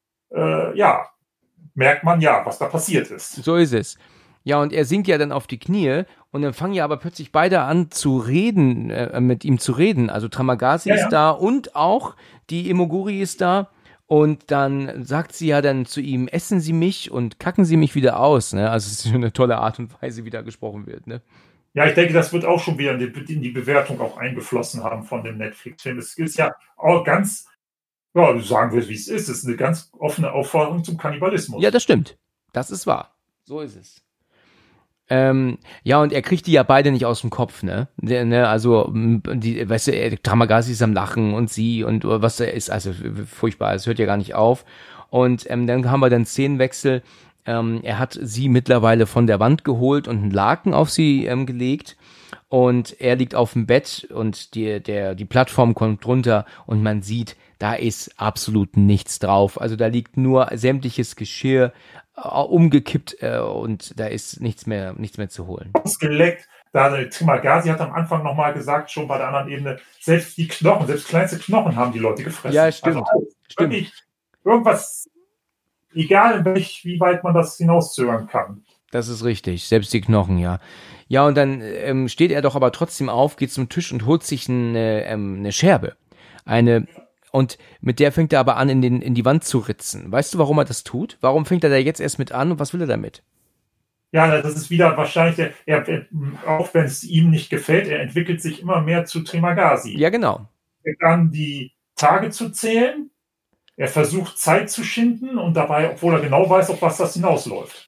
merkt man was da passiert ist. So ist es. Ja, und er sinkt ja dann auf die Knie und dann fangen ja aber plötzlich beide an zu reden, mit ihm zu reden. Also Tamagasi ist da und auch die Imoguri ist da. Und dann sagt sie ja dann zu ihm, essen Sie mich und kacken Sie mich wieder aus. Ne? Also es ist schon eine tolle Art und Weise, wie da gesprochen wird, ne? Ja, ich denke, das wird auch schon wieder in die Bewertung auch eingeflossen haben von dem Netflix-Film. Es ist ja auch ganz, sagen wir es, wie es ist eine ganz offene Aufforderung zum Kannibalismus. Ja, das stimmt. Das ist wahr. So ist es. Ja, und er kriegt die ja beide nicht aus dem Kopf, ne? Also, weißt du, Tamagasi ist am Lachen und sie und was da ist, also furchtbar, es hört ja gar nicht auf. Und dann haben wir dann Szenenwechsel. Er hat sie mittlerweile von der Wand geholt und einen Laken auf sie gelegt. Und er liegt auf dem Bett und die Plattform kommt runter und man sieht, da ist absolut nichts drauf. Also da liegt nur sämtliches Geschirr umgekippt und da ist nichts mehr zu holen. Ausgeleckt. Tamagasi hat am Anfang nochmal gesagt, schon bei der anderen Ebene, selbst kleinste Knochen haben die Leute gefressen. Ja, stimmt. Also wirklich irgendwas, egal wie weit man das hinauszögern kann. Das ist richtig, selbst die Knochen, ja. Ja, und dann steht er doch aber trotzdem auf, geht zum Tisch und holt sich eine Scherbe. Und mit der fängt er aber an, in die Wand zu ritzen. Weißt du, warum er das tut? Warum fängt er da jetzt erst mit an und was will er damit? Ja, das ist wieder wahrscheinlich, auch wenn es ihm nicht gefällt, er entwickelt sich immer mehr zu Trimagasi. Ja, genau. Er kann die Tage zu zählen, er versucht Zeit zu schinden und dabei, obwohl er genau weiß, auf was das hinausläuft.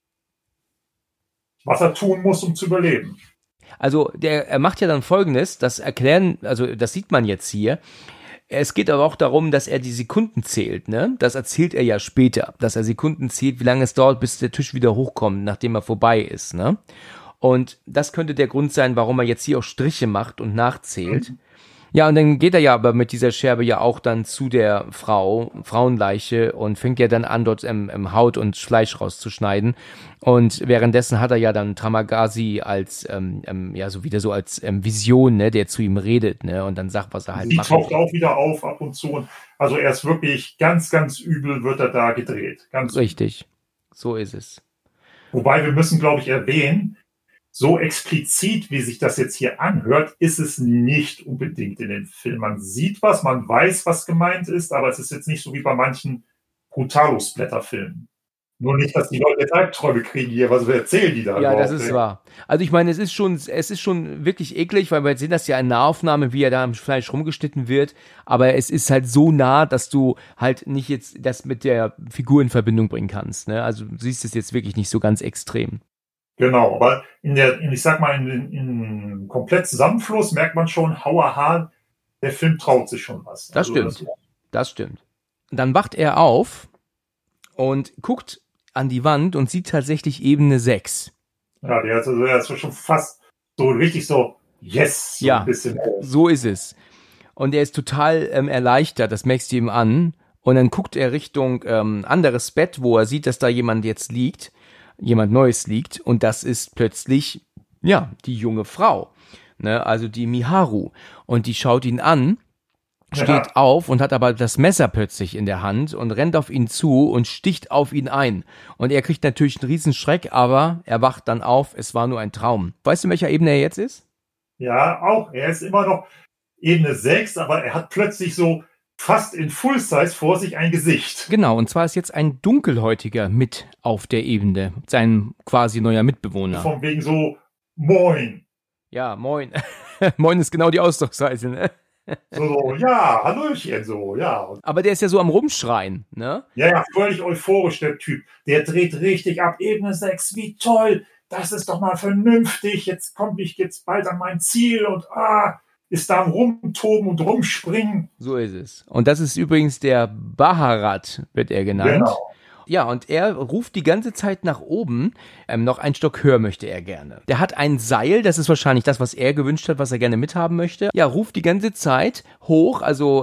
Was er tun muss, um zu überleben. Also er macht ja dann Folgendes, das sieht man jetzt hier. Es geht aber auch darum, dass er die Sekunden zählt, ne? Das erzählt er ja später, dass er Sekunden zählt, wie lange es dauert, bis der Tisch wieder hochkommt, nachdem er vorbei ist, ne? Und das könnte der Grund sein, warum er jetzt hier auch Striche macht und nachzählt. Ja, und dann geht er ja aber mit dieser Scherbe ja auch dann zu der Frauenleiche und fängt ja dann an, dort Haut und Fleisch rauszuschneiden. Und währenddessen hat er ja dann Trimagasi als, so wieder so als Vision, ne, der zu ihm redet, ne, und dann sagt, was er halt macht. Sie taucht auch wieder auf ab und zu. Also er ist wirklich ganz, ganz übel, wird er da gedreht. Ganz richtig, so ist es. Wobei wir müssen, glaube ich, erwähnen, so explizit, wie sich das jetzt hier anhört, ist es nicht unbedingt in den Film. Man sieht was, man weiß, was gemeint ist, aber es ist jetzt nicht so wie bei manchen Brutalo-Splatter-Filmen. Nur nicht, dass die Leute jetzt Albträume kriegen hier, was erzählen die da? Ja, das ist wahr. Also ich meine, es ist schon wirklich eklig, weil wir sehen das ja in Nahaufnahme, wie er da am Fleisch rumgeschnitten wird, aber es ist halt so nah, dass du halt nicht jetzt das mit der Figur in Verbindung bringen kannst, ne? Also du siehst es jetzt wirklich nicht so ganz extrem. Genau, aber ich sag mal, in komplett Zusammenfluss merkt man schon, hauaha, der Film traut sich schon was. Das stimmt. Das stimmt. Dann wacht er auf und guckt an die Wand und sieht tatsächlich Ebene 6. Ja, der ist schon fast so richtig so, yes, so ja, ein bisschen. So ist es. Und er ist total erleichtert, das merkst du ihm an. Und dann guckt er Richtung anderes Bett, wo er sieht, dass da jemand Neues liegt, und das ist plötzlich, ja, die junge Frau, ne, also die Miharu, und die schaut ihn an, steht auf und hat aber das Messer plötzlich in der Hand und rennt auf ihn zu und sticht auf ihn ein, und er kriegt natürlich einen Riesenschreck, aber er wacht dann auf, es war nur ein Traum. Weißt du, in welcher Ebene er jetzt ist? Ja, auch, er ist immer noch Ebene 6, aber er hat plötzlich so fast in Full-Size vor sich ein Gesicht. Genau, und zwar ist jetzt ein Dunkelhäutiger mit auf der Ebene, sein quasi neuer Mitbewohner. Von wegen so, moin. Ja, moin. Moin ist genau die Ausdrucksweise, ne? So, ja, Hallöchen, so, ja. Aber der ist ja so am Rumschreien, ne? Ja, völlig euphorisch, der Typ. Der dreht richtig ab, Ebene 6, wie toll, das ist doch mal vernünftig, jetzt komme ich jetzt bald an mein Ziel und ist da am Rumtoben und Rumspringen. So ist es. Und das ist übrigens der Baharat, wird er genannt. Genau. Ja, und er ruft die ganze Zeit nach oben, noch einen Stock höher möchte er gerne. Der hat ein Seil, das ist wahrscheinlich das, was er gewünscht hat, was er gerne mithaben möchte. Ja, ruft die ganze Zeit hoch, also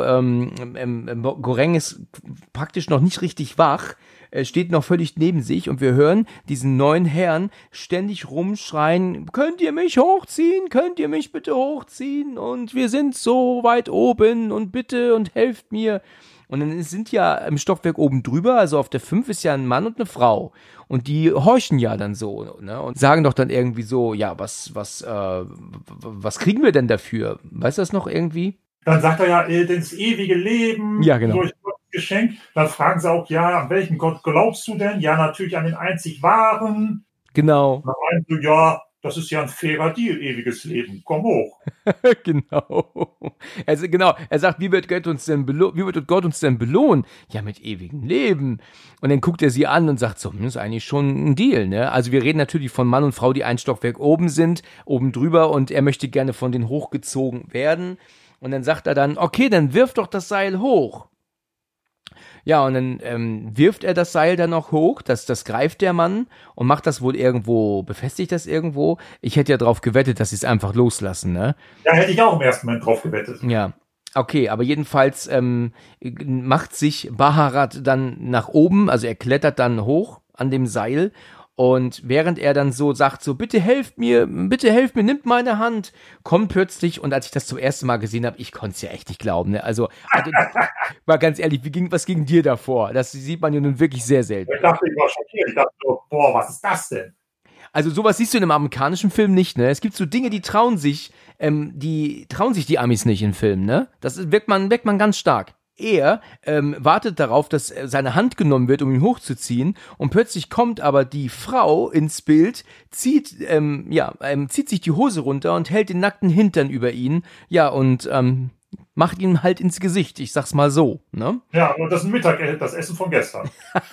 Goreng ist praktisch noch nicht richtig wach, steht noch völlig neben sich, und wir hören diesen neuen Herrn ständig rumschreien, könnt ihr mich hochziehen, könnt ihr mich bitte hochziehen, und wir sind so weit oben und bitte und helft mir. Und dann sind ja im Stockwerk oben drüber, also auf der 5 ist ja ein Mann und eine Frau. Und die horchen ja dann so, ne? Und sagen doch dann irgendwie so, ja, was kriegen wir denn dafür? Weißt du das noch irgendwie? Dann sagt er ja, das ewige Leben, ja, genau, durch Gottes Geschenk. Dann fragen sie auch, ja, an welchen Gott glaubst du denn? Ja, natürlich an den einzig wahren. Genau. Dann meinen sie, ja, das ist ja ein fairer Deal, ewiges Leben. Komm hoch. Genau. Also genau, er sagt, wie wird Gott uns denn belohnen? Ja, mit ewigem Leben. Und dann guckt er sie an und sagt so, das ist eigentlich schon ein Deal, ne? Also wir reden natürlich von Mann und Frau, die ein Stockwerk oben sind, oben drüber, und er möchte gerne von denen hochgezogen werden. Und dann sagt er dann, okay, dann wirf doch das Seil hoch. Ja, und dann wirft er das Seil dann noch hoch, das greift der Mann und macht das wohl irgendwo, befestigt das irgendwo. Ich hätte ja drauf gewettet, dass sie es einfach loslassen, ne? Ja, hätte ich auch im ersten Moment drauf gewettet. Ja, okay, aber jedenfalls macht sich Baharat dann nach oben, also er klettert dann hoch an dem Seil. Und während er dann so sagt, so, bitte helft mir, nimmt meine Hand, kommt plötzlich, und als ich das zum ersten Mal gesehen habe, ich konnte es ja echt nicht glauben, ne? Also mal ganz ehrlich, was ging dir da vor? Das sieht man ja nun wirklich sehr selten. Ich dachte, ich war schockiert. Ich dachte so, boah, was ist das denn? Also sowas siehst du in einem amerikanischen Film nicht, ne? Es gibt so Dinge, die trauen sich die Amis nicht in Filmen, ne? Das wirkt man ganz stark. er wartet darauf, dass seine Hand genommen wird, um ihn hochzuziehen. Und plötzlich kommt aber die Frau ins Bild, zieht sich die Hose runter und hält den nackten Hintern über ihn. Ja, und macht ihm halt ins Gesicht. Ich sag's mal so, ne? Ja, und das ist das Essen von gestern.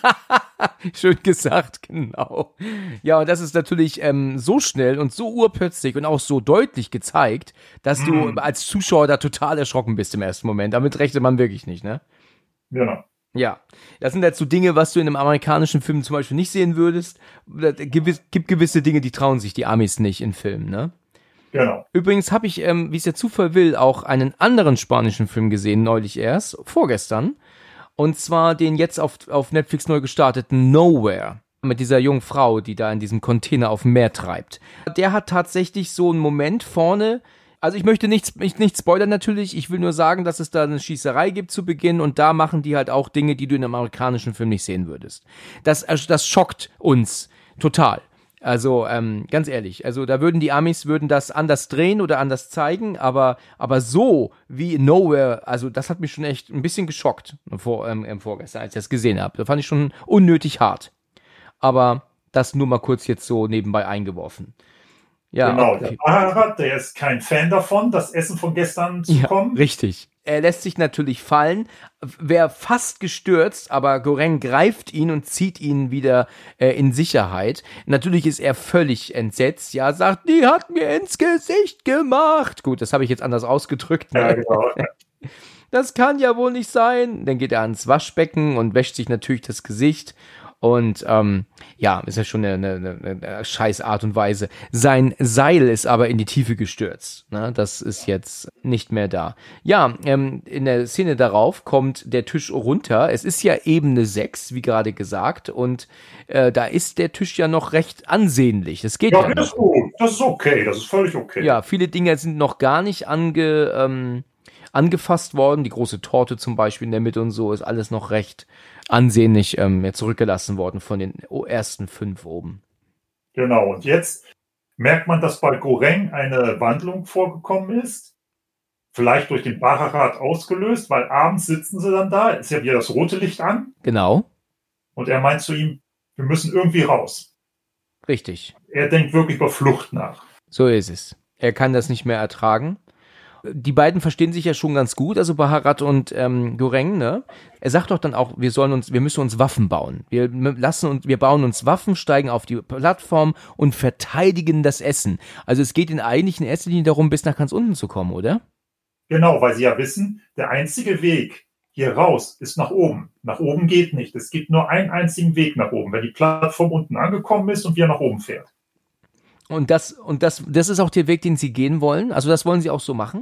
Schön gesagt, genau. Ja, und das ist natürlich so schnell und so urplötzlich und auch so deutlich gezeigt, dass du als Zuschauer da total erschrocken bist im ersten Moment. Damit rechnet man wirklich nicht, ne? Genau. Ja, das sind halt so Dinge, was du in einem amerikanischen Film zum Beispiel nicht sehen würdest. Gibt gewisse Dinge, die trauen sich die Amis nicht in Filmen, ne? Genau. Übrigens habe ich, wie es der Zufall will, auch einen anderen spanischen Film gesehen, neulich erst, vorgestern. Und zwar den jetzt auf Netflix neu gestarteten Nowhere. Mit dieser jungen Frau, die da in diesem Container auf dem Meer treibt. Der hat tatsächlich so einen Moment vorne. Also ich möchte nicht spoilern natürlich. Ich will nur sagen, dass es da eine Schießerei gibt zu Beginn. Und da machen die halt auch Dinge, die du in einem amerikanischen Film nicht sehen würdest. Das schockt uns total. Also, ganz ehrlich, also da die Amis das anders drehen oder anders zeigen, aber so wie Nowhere, also das hat mich schon echt ein bisschen geschockt vorgestern, als ich das gesehen habe. Da fand ich schon unnötig hart. Aber das nur mal kurz jetzt so nebenbei eingeworfen. Ja, genau, okay. Der Baharat, der ist kein Fan davon, das Essen von gestern zu kommen. Richtig. Er lässt sich natürlich fallen, wäre fast gestürzt, aber Goreng greift ihn und zieht ihn wieder in Sicherheit. Natürlich ist er völlig entsetzt, ja, sagt, die hat mir ins Gesicht gemacht. Gut, das habe ich jetzt anders ausgedrückt. Ne? Ja, genau. Das kann ja wohl nicht sein. Dann geht er ans Waschbecken und wäscht sich natürlich das Gesicht. Und ist ja schon eine scheiß Art und Weise. Sein Seil ist aber in die Tiefe gestürzt. Ne? Das ist jetzt nicht mehr da. Ja, in der Szene darauf kommt der Tisch runter. Es ist ja Ebene 6, wie gerade gesagt. Und da ist der Tisch ja noch recht ansehnlich. Das geht ja das noch. ist gut. Das ist okay. Das ist völlig okay. Ja, viele Dinge sind noch gar nicht angefasst worden. Die große Torte zum Beispiel in der Mitte und so ist alles noch recht ansehnlich zurückgelassen worden von den ersten 5 oben. Genau, und jetzt merkt man, dass bei Goreng eine Wandlung vorgekommen ist. Vielleicht durch den Baharat ausgelöst, weil abends sitzen sie dann da, ist ja wieder das rote Licht an. Genau. Und er meint zu ihm, wir müssen irgendwie raus. Richtig. Er denkt wirklich über Flucht nach. So ist es. Er kann das nicht mehr ertragen. Die beiden verstehen sich ja schon ganz gut, also Baharat und Goreng, ne? Er sagt doch dann auch, wir müssen uns Waffen bauen. Wir bauen uns Waffen, steigen auf die Plattform und verteidigen das Essen. Also es geht eigentlich in erster Linie darum, bis nach ganz unten zu kommen, oder? Genau, weil sie ja wissen, der einzige Weg hier raus ist nach oben. Nach oben geht nicht. Es gibt nur einen einzigen Weg nach oben, wenn die Plattform unten angekommen ist und wieder nach oben fährt. Und das ist auch der Weg, den sie gehen wollen? Also das wollen sie auch so machen?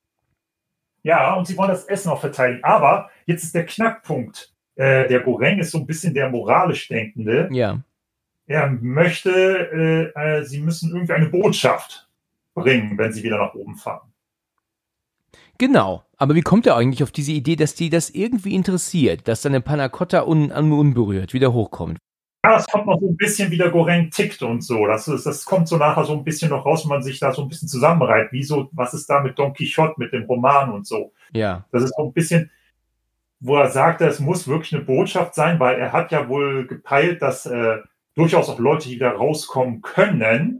Ja, und sie wollen das Essen auch verteidigen. Aber jetzt ist der Knackpunkt. Der Goreng ist so ein bisschen der moralisch Denkende. Ja. Er möchte, sie müssen irgendwie eine Botschaft bringen, wenn sie wieder nach oben fahren. Genau. Aber wie kommt er eigentlich auf diese Idee, dass die das irgendwie interessiert, dass dann eine Panna Cotta unberührt wieder hochkommt? Ja, das kommt noch so ein bisschen, wie der Goreng tickt und so. Das kommt so nachher so ein bisschen noch raus, wenn man sich da so ein bisschen zusammenreiht. Was ist da mit Don Quixote, mit dem Roman und so. Ja. Das ist so ein bisschen, wo er sagt, es muss wirklich eine Botschaft sein, weil er hat ja wohl gepeilt, dass durchaus auch Leute wieder rauskommen können.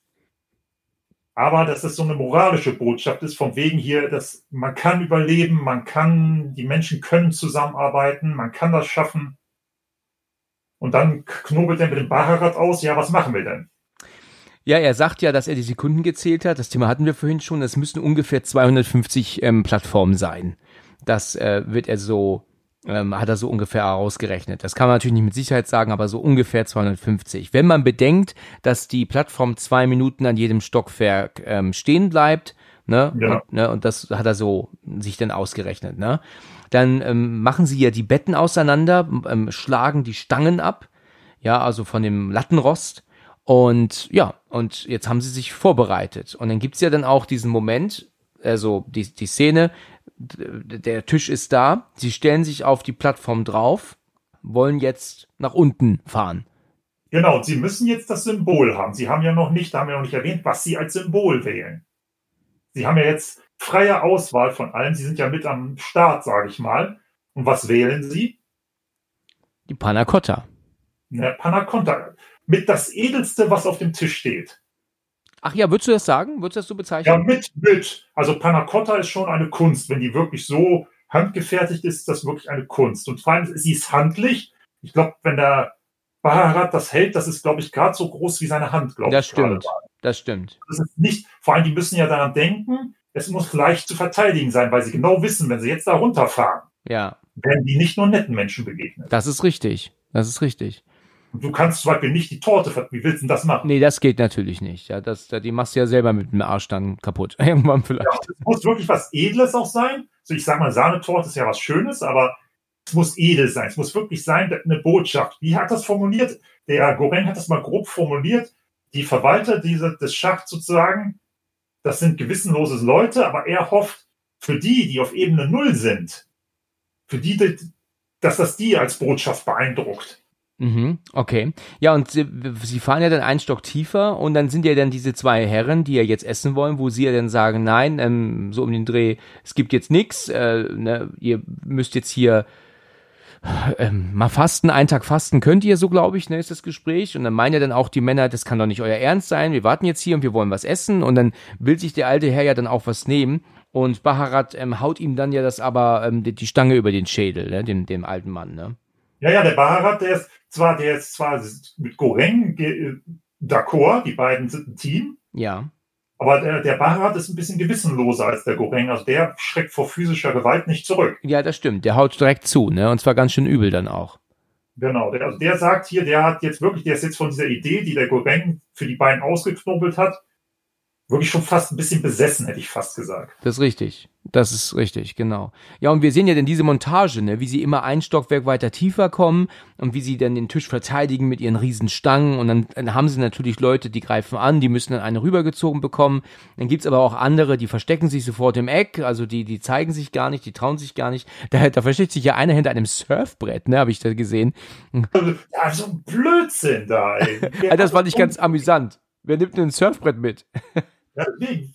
Aber dass es so eine moralische Botschaft ist, von wegen hier, dass man kann überleben, die Menschen können zusammenarbeiten, man kann das schaffen. Und dann knobelt er mit dem Baharat aus, ja, was machen wir denn? Ja, er sagt ja, dass er die Sekunden gezählt hat. Das Thema hatten wir vorhin schon. Es müssen ungefähr 250 Plattformen sein. Das hat er so ungefähr ausgerechnet. Das kann man natürlich nicht mit Sicherheit sagen, aber so ungefähr 250. Wenn man bedenkt, dass die Plattform 2 Minuten an jedem Stockwerk stehen bleibt, ne, ja. und das hat er so sich dann ausgerechnet, ne? Dann machen sie ja die Betten auseinander, schlagen die Stangen ab, ja, also von dem Lattenrost. Und ja, und jetzt haben sie sich vorbereitet. Und dann gibt's ja dann auch diesen Moment, also die Szene, der Tisch ist da, sie stellen sich auf die Plattform drauf, wollen jetzt nach unten fahren. Genau, und sie müssen jetzt das Symbol haben. Sie haben ja noch nicht erwähnt, was sie als Symbol wählen. Sie haben ja jetzt freie Auswahl von allem. Sie sind ja mit am Start, sage ich mal. Und was wählen sie? Die Panna Cotta. Eine Panna Cotta. Mit das Edelste, was auf dem Tisch steht. Ach ja, würdest du das sagen? Würdest du das so bezeichnen? Ja, mit. Also Panna Cotta ist schon eine Kunst. Wenn die wirklich so handgefertigt ist, ist das wirklich eine Kunst. Und vor allem, sie ist handlich. Ich glaube, wenn der Bharat das hält, das ist, glaube ich, gerade so groß wie seine Hand, glaube ich. Das stimmt. Das stimmt. Das ist nicht, vor allem, die müssen ja daran denken, es muss leicht zu verteidigen sein, weil sie genau wissen, wenn sie jetzt da runterfahren, werden die nicht nur netten Menschen begegnen. Das ist richtig. Das ist richtig. Und du kannst zum Beispiel nicht die Torte, wie willst du denn das machen? Nee, das geht natürlich nicht. Ja, die machst du ja selber mit dem Arsch dann kaputt. Irgendwann vielleicht. Ja, es muss wirklich was Edles auch sein. So, ich sag mal, Sahnetorte ist ja was Schönes, aber es muss edel sein. Es muss wirklich sein, eine Botschaft. Wie hat das formuliert? Der Goreng hat das mal grob formuliert. Die Verwalter des Schachts sozusagen, das sind gewissenlose Leute, aber er hofft für die auf Ebene 0 sind, für die, dass das die als Botschaft beeindruckt. Okay. Ja, und sie fahren ja dann einen Stock tiefer und dann sind ja dann diese zwei Herren, die ja jetzt essen wollen, wo sie ja dann sagen, nein, so um den Dreh, es gibt jetzt nichts, ihr müsst jetzt hier mal fasten, einen Tag fasten könnt ihr, so glaube ich, ist das Gespräch. Und dann meinen ja dann auch die Männer, das kann doch nicht euer Ernst sein, wir warten jetzt hier und wir wollen was essen. Und dann will sich der alte Herr ja dann auch was nehmen. Und Bharat haut ihm dann ja das aber die Stange über den Schädel, ne, dem alten Mann, ne? Ja, der Bharat, der ist zwar mit Goreng d'accord, die beiden sind ein Team. Ja. Aber der Bharat ist ein bisschen gewissenloser als der Goreng. Also der schreckt vor physischer Gewalt nicht zurück. Ja, das stimmt. Der haut direkt zu, ne? Und zwar ganz schön übel dann auch. Genau. Der sagt hier, der ist jetzt von dieser Idee, die der Goreng für die beiden ausgeknobelt hat, wirklich schon fast ein bisschen besessen, hätte ich fast gesagt. Das ist richtig, genau. Ja, und wir sehen ja dann diese Montage, ne, wie sie immer ein Stockwerk weiter tiefer kommen und wie sie dann den Tisch verteidigen mit ihren riesen Stangen und dann haben sie natürlich Leute, die greifen an, die müssen dann eine rübergezogen bekommen. Dann gibt's aber auch andere, die verstecken sich sofort im Eck, also die zeigen sich gar nicht, die trauen sich gar nicht. Da versteckt sich ja einer hinter einem Surfbrett, ne, habe ich da gesehen. Ja, so ein Blödsinn da, ey. Das fand ich ganz amüsant. Wer nimmt denn ein Surfbrett mit? Ja, deswegen.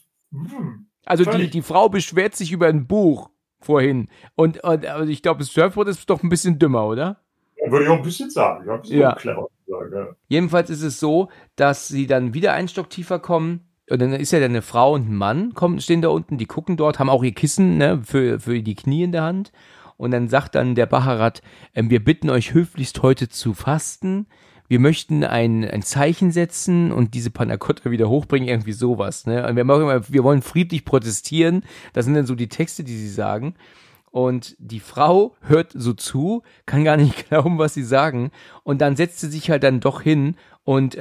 Also die Frau beschwert sich über ein Buch vorhin. Und also ich glaube, das Surfboard ist doch ein bisschen dümmer, oder? Ja, würde ich auch ein bisschen sagen. Ja, ein bisschen clever sagen, ja. Jedenfalls ist es so, dass sie dann wieder einen Stock tiefer kommen. Und dann ist ja dann eine Frau und ein Mann, stehen da unten, die gucken dort, haben auch ihr Kissen, ne, für die Knie in der Hand. Und dann sagt dann der Bharat, wir bitten euch höflichst heute zu fasten. Wir möchten ein Zeichen setzen und diese Panna Cotta wieder hochbringen, irgendwie sowas, ne? Und wir wollen friedlich protestieren. Das sind dann so die Texte, die sie sagen. Und die Frau hört so zu, kann gar nicht glauben, was sie sagen. Und dann setzt sie sich halt dann doch hin und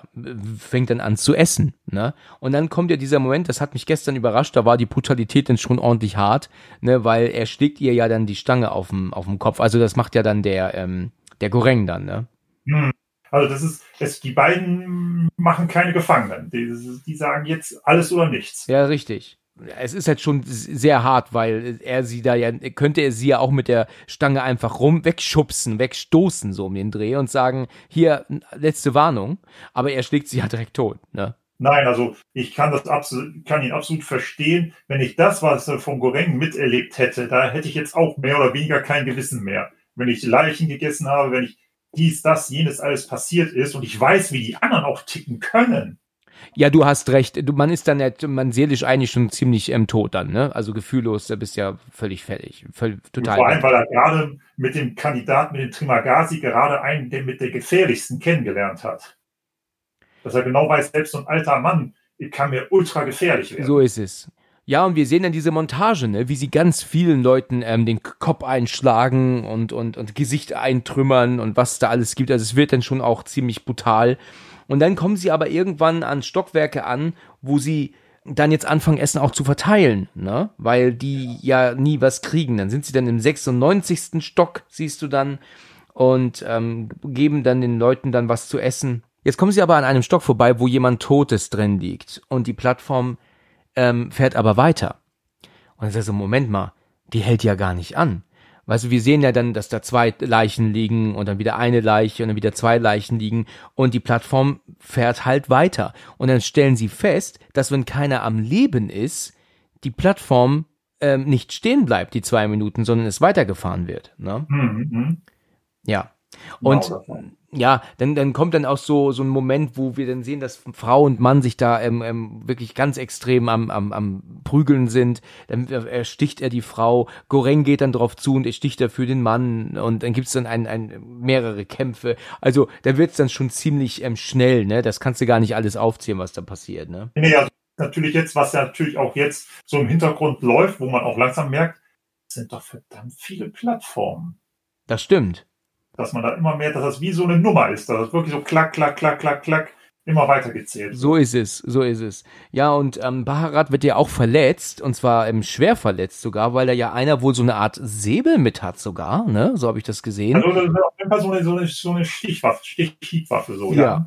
fängt dann an zu essen, ne? Und dann kommt ja dieser Moment, das hat mich gestern überrascht, da war die Brutalität dann schon ordentlich hart, ne? Weil er schlägt ihr ja dann die Stange auf dem Kopf. Also das macht ja dann der Goreng dann, ne? Also die beiden machen keine Gefangenen. Die sagen jetzt alles oder nichts. Ja, richtig. Es ist halt schon sehr hart, weil könnte er sie ja auch mit der Stange einfach wegstoßen, so um den Dreh und sagen, hier, letzte Warnung. Aber er schlägt sie ja direkt tot, ne? Nein, also ich kann ihn absolut verstehen. Wenn ich das, was vom Goreng miterlebt hätte, da hätte ich jetzt auch mehr oder weniger kein Gewissen mehr. Wenn ich Leichen gegessen habe, wenn ich dies, das, jenes alles passiert ist und ich weiß, wie die anderen auch ticken können. Ja, du hast recht. Man ist dann seelisch eigentlich schon ziemlich tot dann, ne? Also gefühllos, da bist ja völlig fertig. Total. Vor allem, weil er gerade mit dem Kandidaten, mit dem Trimagasi, gerade einen, der mit der gefährlichsten kennengelernt hat. Dass er genau weiß, selbst so ein alter Mann kann mir ultra gefährlich werden. So ist es. Ja, und wir sehen dann diese Montage, ne, wie sie ganz vielen Leuten den Kopf einschlagen und Gesicht eintrümmern und was da alles gibt. Also es wird dann schon auch ziemlich brutal. Und dann kommen sie aber irgendwann an Stockwerke an, wo sie dann jetzt anfangen, Essen auch zu verteilen, ne? Weil die ja nie was kriegen. Dann sind sie dann im 96. Stock, siehst du dann, und geben dann den Leuten dann was zu essen. Jetzt kommen sie aber an einem Stock vorbei, wo jemand Totes drin liegt. Und die Plattform fährt aber weiter. Und dann sagt so, Moment mal, die hält ja gar nicht an. Weißt du, wir sehen ja dann, dass da 2 Leichen liegen und dann wieder eine Leiche und dann wieder 2 Leichen liegen und die Plattform fährt halt weiter. Und dann stellen sie fest, dass wenn keiner am Leben ist, die Plattform nicht stehen bleibt, die 2 Minuten, sondern es weitergefahren wird. Ne? Ja. Und ja, dann kommt dann auch so ein Moment, wo wir dann sehen, dass Frau und Mann sich da wirklich ganz extrem am Prügeln sind. Dann ersticht er die Frau, Goreng geht dann drauf zu und ersticht dafür den Mann und dann gibt's dann mehrere Kämpfe. Also da wird's dann schon ziemlich schnell, ne? Das kannst du gar nicht alles aufzählen, was da passiert, ne? Nee, also natürlich jetzt, was ja natürlich auch jetzt so im Hintergrund läuft, wo man auch langsam merkt, sind doch verdammt viele Plattformen. Das stimmt. Dass man da immer mehr, dass das wie so eine Nummer ist, dass das wirklich so klack, klack, klack, klack, klack immer weitergezählt. So ist es. Ja, und Baharat wird ja auch verletzt, und zwar schwer verletzt sogar, weil da ja einer wohl so eine Art Säbel mit hat sogar, ne? So habe ich das gesehen. Also das ist auf jeden Fall so eine Stichwaffe, so, ja.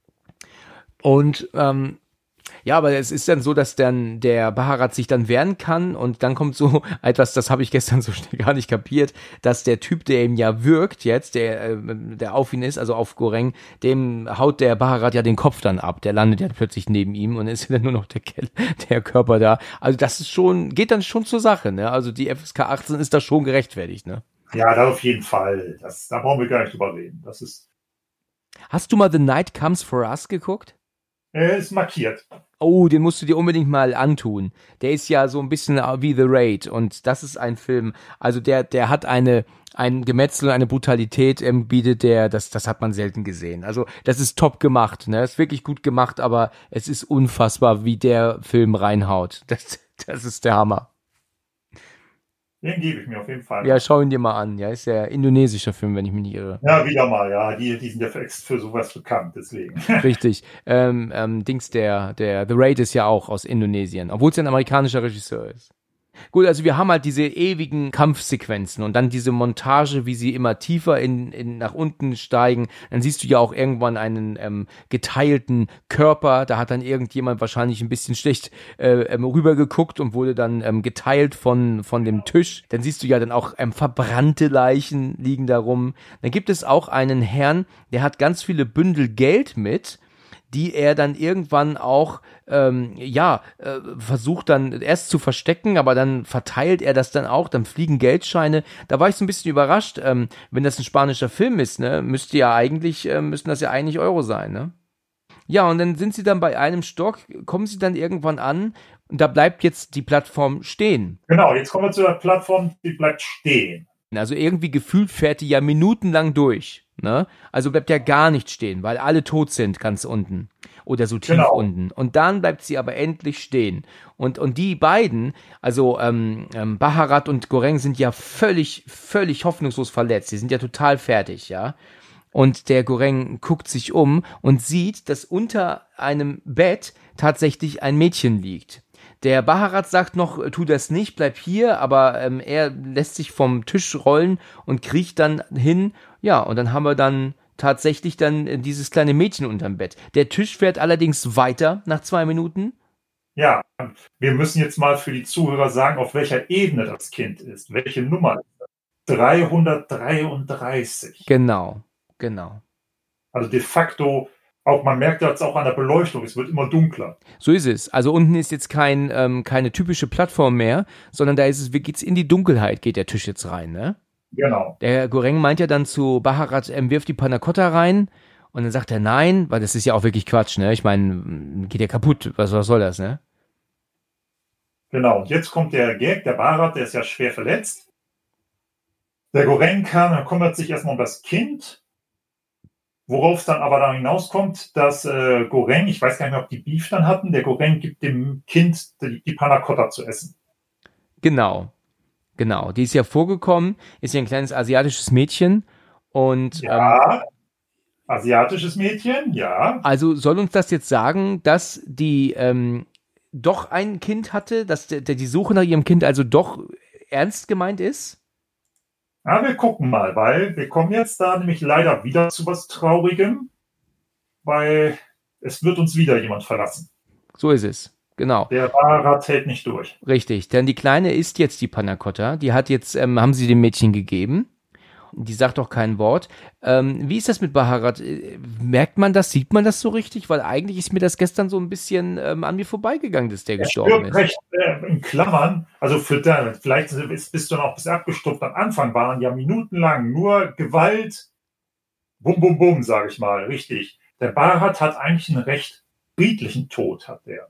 Und ja, aber es ist dann so, dass dann der Baharat sich dann wehren kann und dann kommt so etwas, das habe ich gestern so schnell gar nicht kapiert, dass der Typ, der ihm ja wirkt jetzt, der auf ihn ist, also auf Goreng, dem haut der Baharat ja den Kopf dann ab. Der landet ja plötzlich neben ihm und ist dann nur noch der Körper da. Also das ist schon, geht dann schon zur Sache, ne? Also die FSK 18 ist da schon gerechtfertigt, ne? Ja, das auf jeden Fall. Da brauchen wir gar nicht drüber reden. Das ist. Hast du mal The Night Comes for Us geguckt? Ist markiert. Oh, den musst du dir unbedingt mal antun. Der ist ja so ein bisschen wie The Raid und das ist ein Film, also der hat ein Gemetzel und eine Brutalität bietet das hat man selten gesehen. Also das ist top gemacht, ne? Ist wirklich gut gemacht, aber es ist unfassbar, wie der Film reinhaut. Das ist der Hammer. Den gebe ich mir auf jeden Fall. Ja, schau ihn dir mal an. Ja, ist ja indonesischer Film, wenn ich mich nicht irre. Ja, wieder mal, ja. Die sind ja für sowas bekannt, deswegen. Richtig. Dings, der The Raid ist ja auch aus Indonesien, obwohl es ja ein amerikanischer Regisseur ist. Gut, also wir haben halt diese ewigen Kampfsequenzen und dann diese Montage, wie sie immer tiefer nach unten steigen. Dann siehst du ja auch irgendwann einen geteilten Körper. Da hat dann irgendjemand wahrscheinlich ein bisschen schlecht rübergeguckt und wurde dann geteilt von dem Tisch. Dann siehst du ja dann auch verbrannte Leichen liegen da rum. Dann gibt es auch einen Herrn, der hat ganz viele Bündel Geld mit, die er dann irgendwann auch versucht dann erst zu verstecken, aber dann verteilt er das dann auch, dann fliegen Geldscheine. Da war ich so ein bisschen überrascht, wenn das ein spanischer Film ist, ne, müssten das ja eigentlich Euro sein, ne? Ja, und dann sind sie dann bei einem Stock, kommen sie dann irgendwann an und da bleibt jetzt die Plattform stehen. Genau, jetzt kommen wir zu der Plattform, die bleibt stehen. Also irgendwie gefühlt fährt die ja minutenlang durch, ne? Also bleibt ja gar nicht stehen, weil alle tot sind ganz unten oder so tief unten. Und dann bleibt sie aber endlich stehen. Und die beiden, also Baharat und Goreng sind ja völlig hoffnungslos verletzt. Die sind ja total fertig, ja. Und der Goreng guckt sich um und sieht, dass unter einem Bett tatsächlich ein Mädchen liegt. Der Baharat sagt noch, tu das nicht, bleib hier, aber er lässt sich vom Tisch rollen und kriecht dann hin. Ja, und dann haben wir dann tatsächlich dann dieses kleine Mädchen unterm Bett. Der Tisch fährt allerdings weiter nach 2 Minuten. Ja, wir müssen jetzt mal für die Zuhörer sagen, auf welcher Ebene das Kind ist, welche Nummer. 333. Genau. Also de facto, auch man merkt das auch an der Beleuchtung, es wird immer dunkler. So ist es. Also unten ist jetzt keine typische Plattform mehr, sondern da geht's in die Dunkelheit, geht der Tisch jetzt rein, ne? Genau. Der Goreng meint ja dann zu Baharat, wirft die Panna Cotta rein und dann sagt er nein, weil das ist ja auch wirklich Quatsch, ne? Ich meine, geht ja kaputt, was soll das, ne? Genau, und jetzt kommt der Gag, der Baharat, der ist ja schwer verletzt. Der Goreng kümmert sich erstmal um das Kind, worauf es dann aber dann hinauskommt, dass Goreng, ich weiß gar nicht mehr, ob die Beef dann hatten, der Goreng gibt dem Kind die Panna Cotta zu essen. Genau, die ist ja vorgekommen, ist ja ein kleines asiatisches Mädchen und asiatisches Mädchen, ja. Also soll uns das jetzt sagen, dass die doch ein Kind hatte, dass die Suche nach ihrem Kind also doch ernst gemeint ist? Ja, wir gucken mal, weil wir kommen jetzt da nämlich leider wieder zu was Traurigem, weil es wird uns wieder jemand verlassen. So ist es. Genau. Der Baharat hält nicht durch. Richtig, denn die Kleine isst jetzt die Panna Cotta. Die hat jetzt, haben sie dem Mädchen gegeben. Die sagt auch kein Wort. Wie ist das mit Baharat? Merkt man das? Sieht man das so richtig? Weil eigentlich ist mir das gestern so ein bisschen an mir vorbeigegangen, dass der gestorben ist. Recht, in Klammern, also vielleicht bist du noch bis abgestopft. Am Anfang waren ja minutenlang nur Gewalt, bum, bum, bum, sage ich mal, richtig. Der Baharat hat eigentlich einen recht friedlichen Tod, hat er.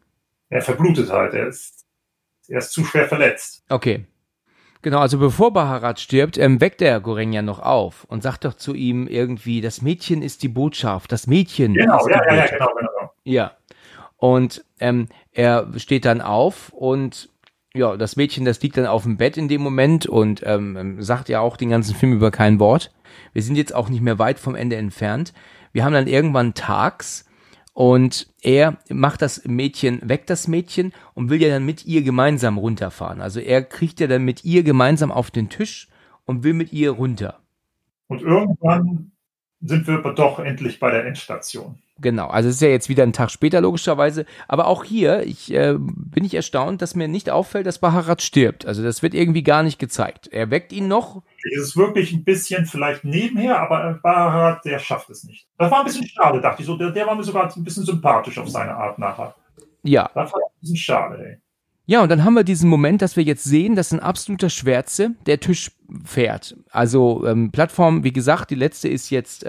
Er verblutet halt, er ist zu schwer verletzt. Okay. Genau, also bevor Baharat stirbt, weckt der Goreng ja noch auf und sagt doch zu ihm irgendwie, das Mädchen ist die Botschaft, das Mädchen ist die Botschaft. Genau. Ja, und er steht dann auf und ja, das Mädchen, das liegt dann auf dem Bett in dem Moment und sagt ja auch den ganzen Film über kein Wort. Wir sind jetzt auch nicht mehr weit vom Ende entfernt. Wir haben dann irgendwann tags und er macht das Mädchen, weckt das Mädchen und will ja dann mit ihr gemeinsam runterfahren. Also er kriegt ja dann mit ihr gemeinsam auf den Tisch und will mit ihr runter. Und irgendwann sind wir aber doch endlich bei der Endstation. Genau, also es ist ja jetzt wieder ein Tag später logischerweise, aber auch hier bin ich erstaunt, dass mir nicht auffällt, dass Baharat stirbt. Also das wird irgendwie gar nicht gezeigt. Er weckt ihn noch. Es ist wirklich ein bisschen vielleicht nebenher, aber Baharat, der schafft es nicht. Das war ein bisschen schade, dachte ich so. Der war mir sogar ein bisschen sympathisch auf seine Art nachher. Ja. Das war ein bisschen schade, ey. Ja, und dann haben wir diesen Moment, dass wir jetzt sehen, dass ein absoluter Schwärze der Tisch fährt. Also Plattform, wie gesagt, die letzte ist jetzt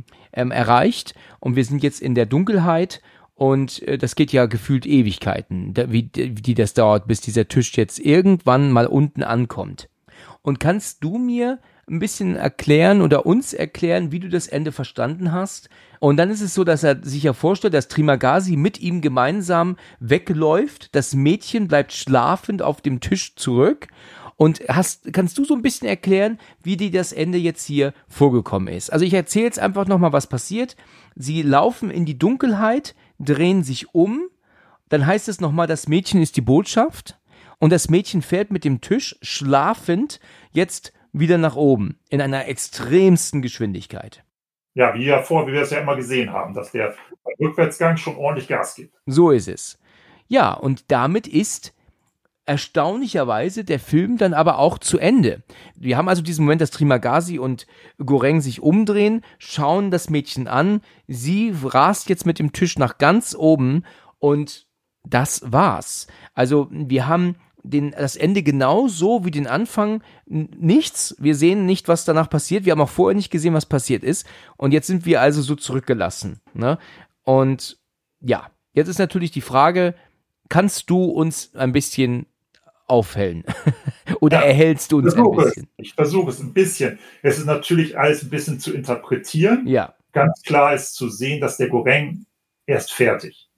erreicht und wir sind jetzt in der Dunkelheit und das geht ja gefühlt Ewigkeiten, wie das dauert, bis dieser Tisch jetzt irgendwann mal unten ankommt. Und kannst du mir ein bisschen erklären oder uns erklären, wie du das Ende verstanden hast? Und dann ist es so, dass er sich ja vorstellt, dass Trimagasi mit ihm gemeinsam wegläuft. Das Mädchen bleibt schlafend auf dem Tisch zurück. Und kannst du so ein bisschen erklären, wie dir das Ende jetzt hier vorgekommen ist? Also ich erzähle jetzt einfach nochmal, was passiert. Sie laufen in die Dunkelheit, drehen sich um. Dann heißt es nochmal, das Mädchen ist die Botschaft. Und das Mädchen fährt mit dem Tisch schlafend jetzt wieder nach oben in einer extremsten Geschwindigkeit. Ja, wie wir es ja immer gesehen haben, dass der beim Rückwärtsgang schon ordentlich Gas gibt. So ist es. Ja, und damit ist erstaunlicherweise der Film dann aber auch zu Ende. Wir haben also diesen Moment, dass Trimagasi und Goreng sich umdrehen, schauen das Mädchen an, sie rast jetzt mit dem Tisch nach ganz oben und das war's. Also wir haben das Ende genauso wie den Anfang, nichts. Wir sehen nicht, was danach passiert. Wir haben auch vorher nicht gesehen, was passiert ist. Und jetzt sind wir also so zurückgelassen. Ne? Und ja, jetzt ist natürlich die Frage, kannst du uns ein bisschen aufhellen? Oder erhältst du uns ein bisschen? Ich versuche es ein bisschen. Es ist natürlich alles ein bisschen zu interpretieren. Ja. Ganz klar ist zu sehen, dass der Goreng, er ist fertig.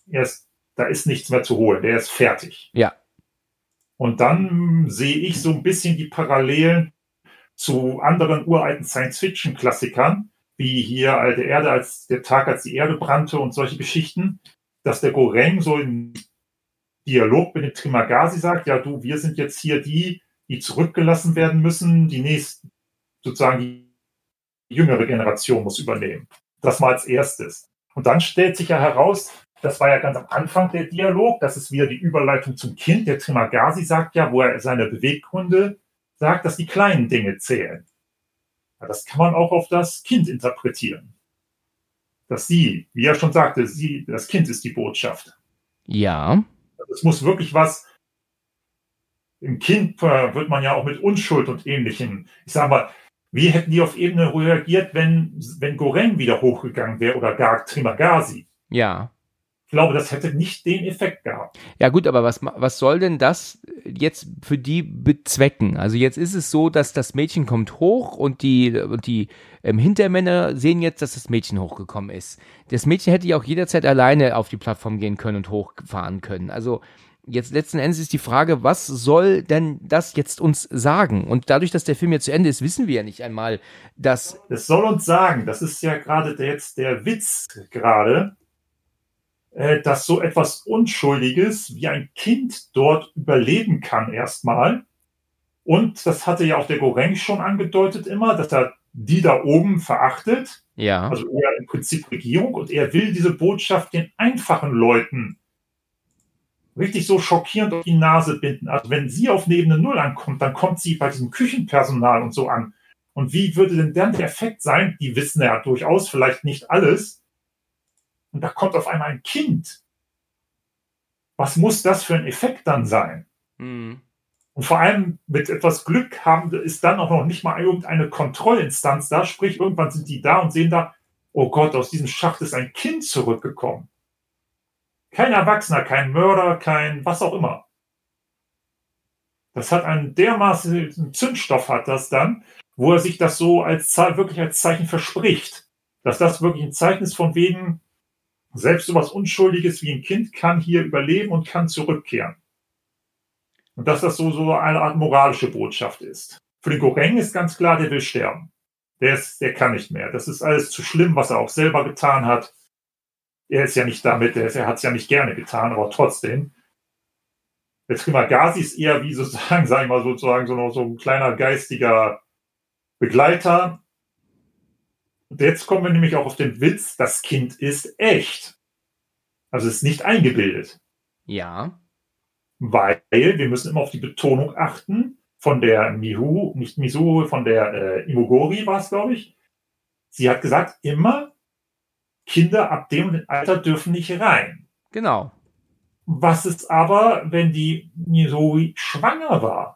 Da ist nichts mehr zu holen. Der ist fertig. Ja. Und dann sehe ich so ein bisschen die Parallelen zu anderen uralten Science-Fiction-Klassikern, wie hier Alte Erde, als die Erde brannte und solche Geschichten, dass der Goreng so im Dialog mit dem Trimagasi sagt, ja du, wir sind jetzt hier die zurückgelassen werden müssen, die nächste, sozusagen die jüngere Generation muss übernehmen. Das mal als erstes. Und dann stellt sich ja heraus, das war ja ganz am Anfang der Dialog, das ist wieder die Überleitung zum Kind. Der Trimagasi sagt ja, wo er seine Beweggründe sagt, dass die kleinen Dinge zählen. Ja, das kann man auch auf das Kind interpretieren. Dass sie, wie er schon sagte, das Kind ist die Botschaft. Ja. Es muss wirklich was, im Kind wird man ja auch mit Unschuld und Ähnlichem. Ich sage mal, wie hätten die auf Ebene reagiert, wenn Goreng wieder hochgegangen wäre oder gar Trimagasi? Ja. Ich glaube, das hätte nicht den Effekt gehabt. Ja gut, aber was soll denn das jetzt für die bezwecken? Also jetzt ist es so, dass das Mädchen kommt hoch und die Hintermänner sehen jetzt, dass das Mädchen hochgekommen ist. Das Mädchen hätte ja auch jederzeit alleine auf die Plattform gehen können und hochfahren können. Also jetzt letzten Endes ist die Frage, was soll denn das jetzt uns sagen? Und dadurch, dass der Film jetzt zu Ende ist, wissen wir ja nicht einmal, dass... Das soll uns sagen, das ist ja gerade jetzt der Witz gerade, dass so etwas Unschuldiges wie ein Kind dort überleben kann erstmal. Und das hatte ja auch der Goreng schon angedeutet immer, dass er die da oben verachtet. Ja. Also er im Prinzip Regierung. Und er will diese Botschaft den einfachen Leuten richtig so schockierend auf die Nase binden. Also wenn sie auf eine Ebene 0 ankommt, dann kommt sie bei diesem Küchenpersonal und so an. Und wie würde denn dann der Effekt sein? Die wissen ja durchaus vielleicht nicht alles. Und da kommt auf einmal ein Kind. Was muss das für ein Effekt dann sein? Mhm. Und vor allem mit etwas Glück ist dann auch noch nicht mal irgendeine Kontrollinstanz da. Sprich, irgendwann sind die da und sehen da, oh Gott, aus diesem Schacht ist ein Kind zurückgekommen. Kein Erwachsener, kein Mörder, kein was auch immer. Das hat einen dermaßen Zündstoff hat das dann, wo er sich das so wirklich als Zeichen verspricht. Dass das wirklich ein Zeichen ist von wegen, selbst so was Unschuldiges wie ein Kind kann hier überleben und kann zurückkehren. Und dass das so eine Art moralische Botschaft ist. Für den Goreng ist ganz klar, der will sterben. Der kann nicht mehr. Das ist alles zu schlimm, was er auch selber getan hat. Er ist ja nicht damit, er hat es ja nicht gerne getan, aber trotzdem. Der Trimagasi ist eher wie sozusagen, sagen wir mal sozusagen, so ein kleiner geistiger Begleiter. Und jetzt kommen wir nämlich auch auf den Witz, das Kind ist echt. Also es ist nicht eingebildet. Ja. Weil wir müssen immer auf die Betonung achten von der nicht Misu, von der Imogori war es, glaube ich. Sie hat gesagt, immer Kinder ab dem Alter dürfen nicht rein. Genau. Was ist aber, wenn die Misori schwanger war?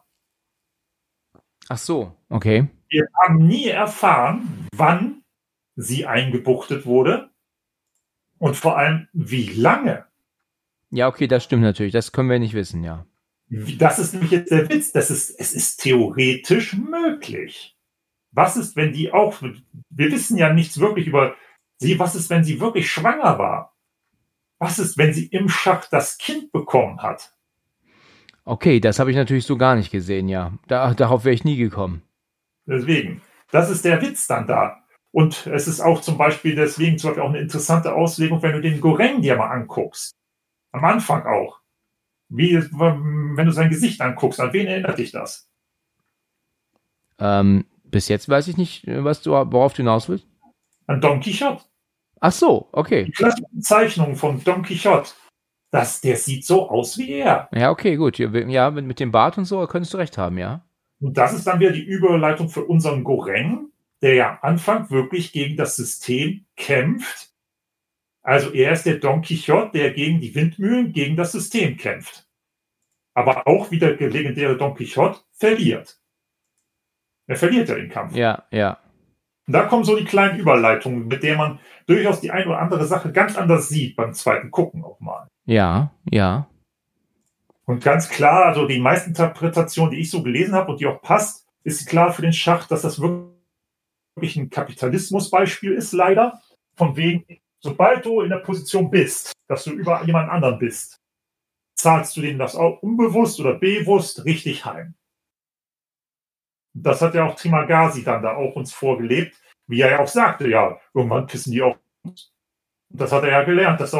Ach so, okay. Wir haben nie erfahren, wann sie eingebuchtet wurde und vor allem, wie lange. Ja, okay, das stimmt natürlich. Das können wir nicht wissen, ja. Das ist nämlich jetzt der Witz. Es ist theoretisch möglich. Was ist, wenn die auch, wir wissen ja nichts wirklich über sie, was ist, wenn sie wirklich schwanger war? Was ist, wenn sie im Schacht das Kind bekommen hat? Okay, das habe ich natürlich so gar nicht gesehen, ja. Darauf wäre ich nie gekommen. Deswegen, das ist der Witz dann da. Und es ist auch zum Beispiel auch eine interessante Auslegung, wenn du den Goreng dir mal anguckst. Am Anfang auch. Wenn du sein Gesicht anguckst, an wen erinnert dich das? Bis jetzt weiß ich nicht, worauf du hinaus willst. An Don Quixote. Ach so, okay. Die klassischen Zeichnungen von Don Quixote. Der sieht so aus wie er. Ja, okay, gut. Ja, mit dem Bart und so könntest du recht haben, ja. Und das ist dann wieder die Überleitung für unseren Goreng, der ja am Anfang wirklich gegen das System kämpft. Also er ist der Don Quixote, der gegen die Windmühlen, gegen das System kämpft. Aber auch wie der legendäre Don Quixote verliert. Er verliert ja den Kampf. Ja, ja. Und da kommen so die kleinen Überleitungen, mit denen man durchaus die eine oder andere Sache ganz anders sieht beim zweiten Gucken auch mal. Ja, ja. Und ganz klar, also die meisten Interpretationen, die ich so gelesen habe und die auch passt, ist klar für den Schacht, dass das wirklich ein Kapitalismusbeispiel ist, leider. Von wegen, sobald du in der Position bist, dass du über jemand anderen bist, zahlst du denen das auch unbewusst oder bewusst richtig heim. Das hat ja auch Trimagasi dann da auch uns vorgelebt, wie er ja auch sagte, ja, irgendwann pissen die auf uns. Und das hat er ja gelernt, dass